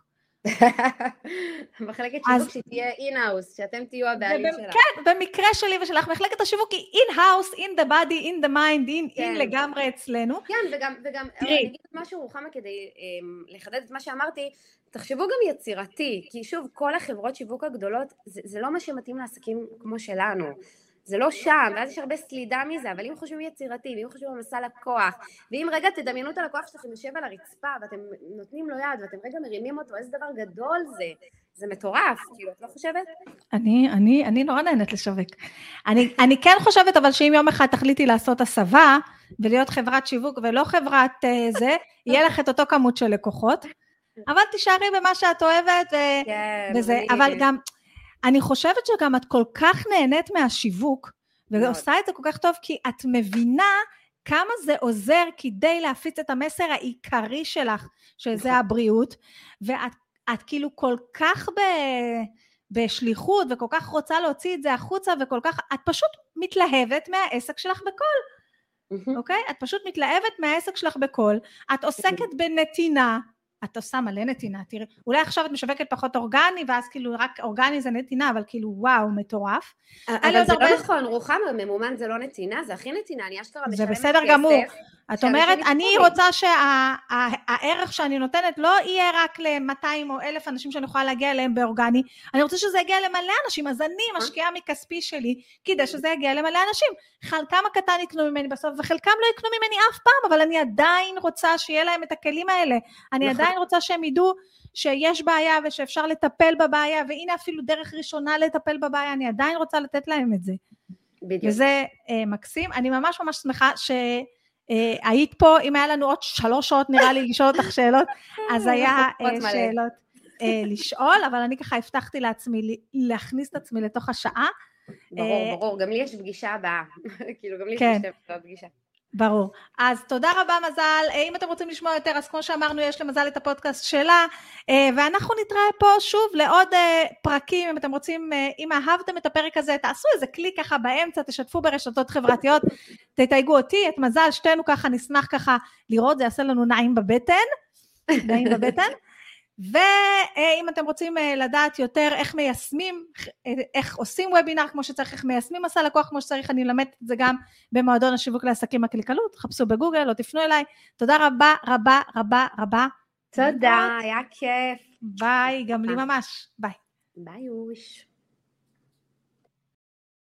מחלקת שיווק שתהיה אין-האוס, שאתם תהיו הבעלים שלה. כן, במקרה שלי ושלך, מחלקת השיווק היא אין-האוס, in the body, in the mind, in לגמרי אצלנו. כן, וגם, אני אגיד משהו רוחמה כדי לחדד את מה שאמרתי, תחשבו גם יצירתי, כי שוב, כל החברות שיווק הגדולות, זה לא מה שמתאים לעסקים כמו שלנו. זה לא שם, ואז יש הרבה סלידה מזה, אבל אם חושבים יצירתי, ואם חושבים במסע לקוח, ואם רגע תדמיינו את הלקוח שלכם יושב על הרצפה, ואתם נותנים לו יד, ואתם רגע מרימים אותו, איזה דבר גדול זה, זה מטורף, כאילו, את לא חושבת? אני, אני, אני נורא נהנית לשווק. אני, אני כן חושבת, אבל שאם יום אחד תחליטי לעשות הסבה, ולהיות חברת שיווק ולא חברת uh, זה, יהיה לך את אותו כמות של לקוחות, אבל תישארי במה שאת אוהבת, ו... כן, וזה, אני... אבל גם, אני חושבת שגם את כל כך נהנית מהשיווק, ועושה את זה כל כך טוב, כי את מבינה כמה זה עוזר כדי להפיץ את המסר העיקרי שלך, שזה הבריאות, ואת את כאילו כל כך ב, בשליחות, וכל כך רוצה להוציא את זה החוצה, וכל כך, את פשוט מתלהבת מהעסק שלך בכל. אוקיי? את פשוט מתלהבת מהעסק שלך בכל, את עוסקת בנתינה, את עושה מלא נתינה, תראי, אולי עכשיו את משווקת פחות אורגני, ואז כאילו רק אורגני זה נתינה, אבל כאילו וואו, מטורף. אבל זה לא נכון, רוחמה, ממומן זה לא נתינה, זה הכי נתינה, אני אשכרה משלמת כסף. זה בסדר גמור. את אומרת, אני רוצה שהערך שאני נותנת לא יהיה רק ל-מאתיים או אלף אנשים שאני יכולה להגיע אליהם באורגני, אני רוצה שזה יגיע למלא אנשים, אז אני משקיעה מכספי שלי, כדי שזה יגיע למלא אנשים. חלקם הקטן יקנו ממני בסוף, וחלקם לא יקנו ממני אף פעם, אבל אני עדיין רוצה שיהיה להם את הכלים האלה. אני עדיין רוצה שהם ידעו שיש בעיה, ושאפשר לטפל בבעיה, והנה אפילו דרך ראשונה לטפל בבעיה, אני עדיין רוצה לתת להם את זה. בדיוק. וזה אה, מקסים. אני ממש ממש שמחה ש... היית פה, אם היה לנו עוד שלוש שעות נראה לי לשאול אותך שאלות, אז היה שאלות לשאול, אבל אני ככה הבטחתי לעצמי להכניס את עצמי לתוך השעה. ברור, ברור, גם לי יש פגישה הבאה, כאילו גם לי יש פגישה. ברור. אז תודה רבה מזל, אם אתם רוצים לשמוע יותר, אז כמו שאמרנו, יש למזל את הפודקאסט שלה, ואנחנו נתראה פה שוב לעוד פרקים, אם אתם רוצים, אם אהבתם את הפרק הזה, תעשו איזה קליק ככה באמצע, תשתפו ברשתות חברתיות, תתייגו אותי, את מזל, שתינו ככה, נשמח ככה לראות, זה יעשה לנו נעים בבטן, נעים בבטן, ואם אתם רוצים לדעת יותר איך מיישמים, איך עושים וובינר כמו שצריך, איך מיישמים מסע לקוח כמו שצריך, אני אלמד את זה גם במועדון השיווק לעסקים הכלכלות, חפשו בגוגל או תפנו אליי, תודה רבה רבה רבה רבה. תודה, היה כיף. ביי, גם לי ממש, ביי. ביי אוש.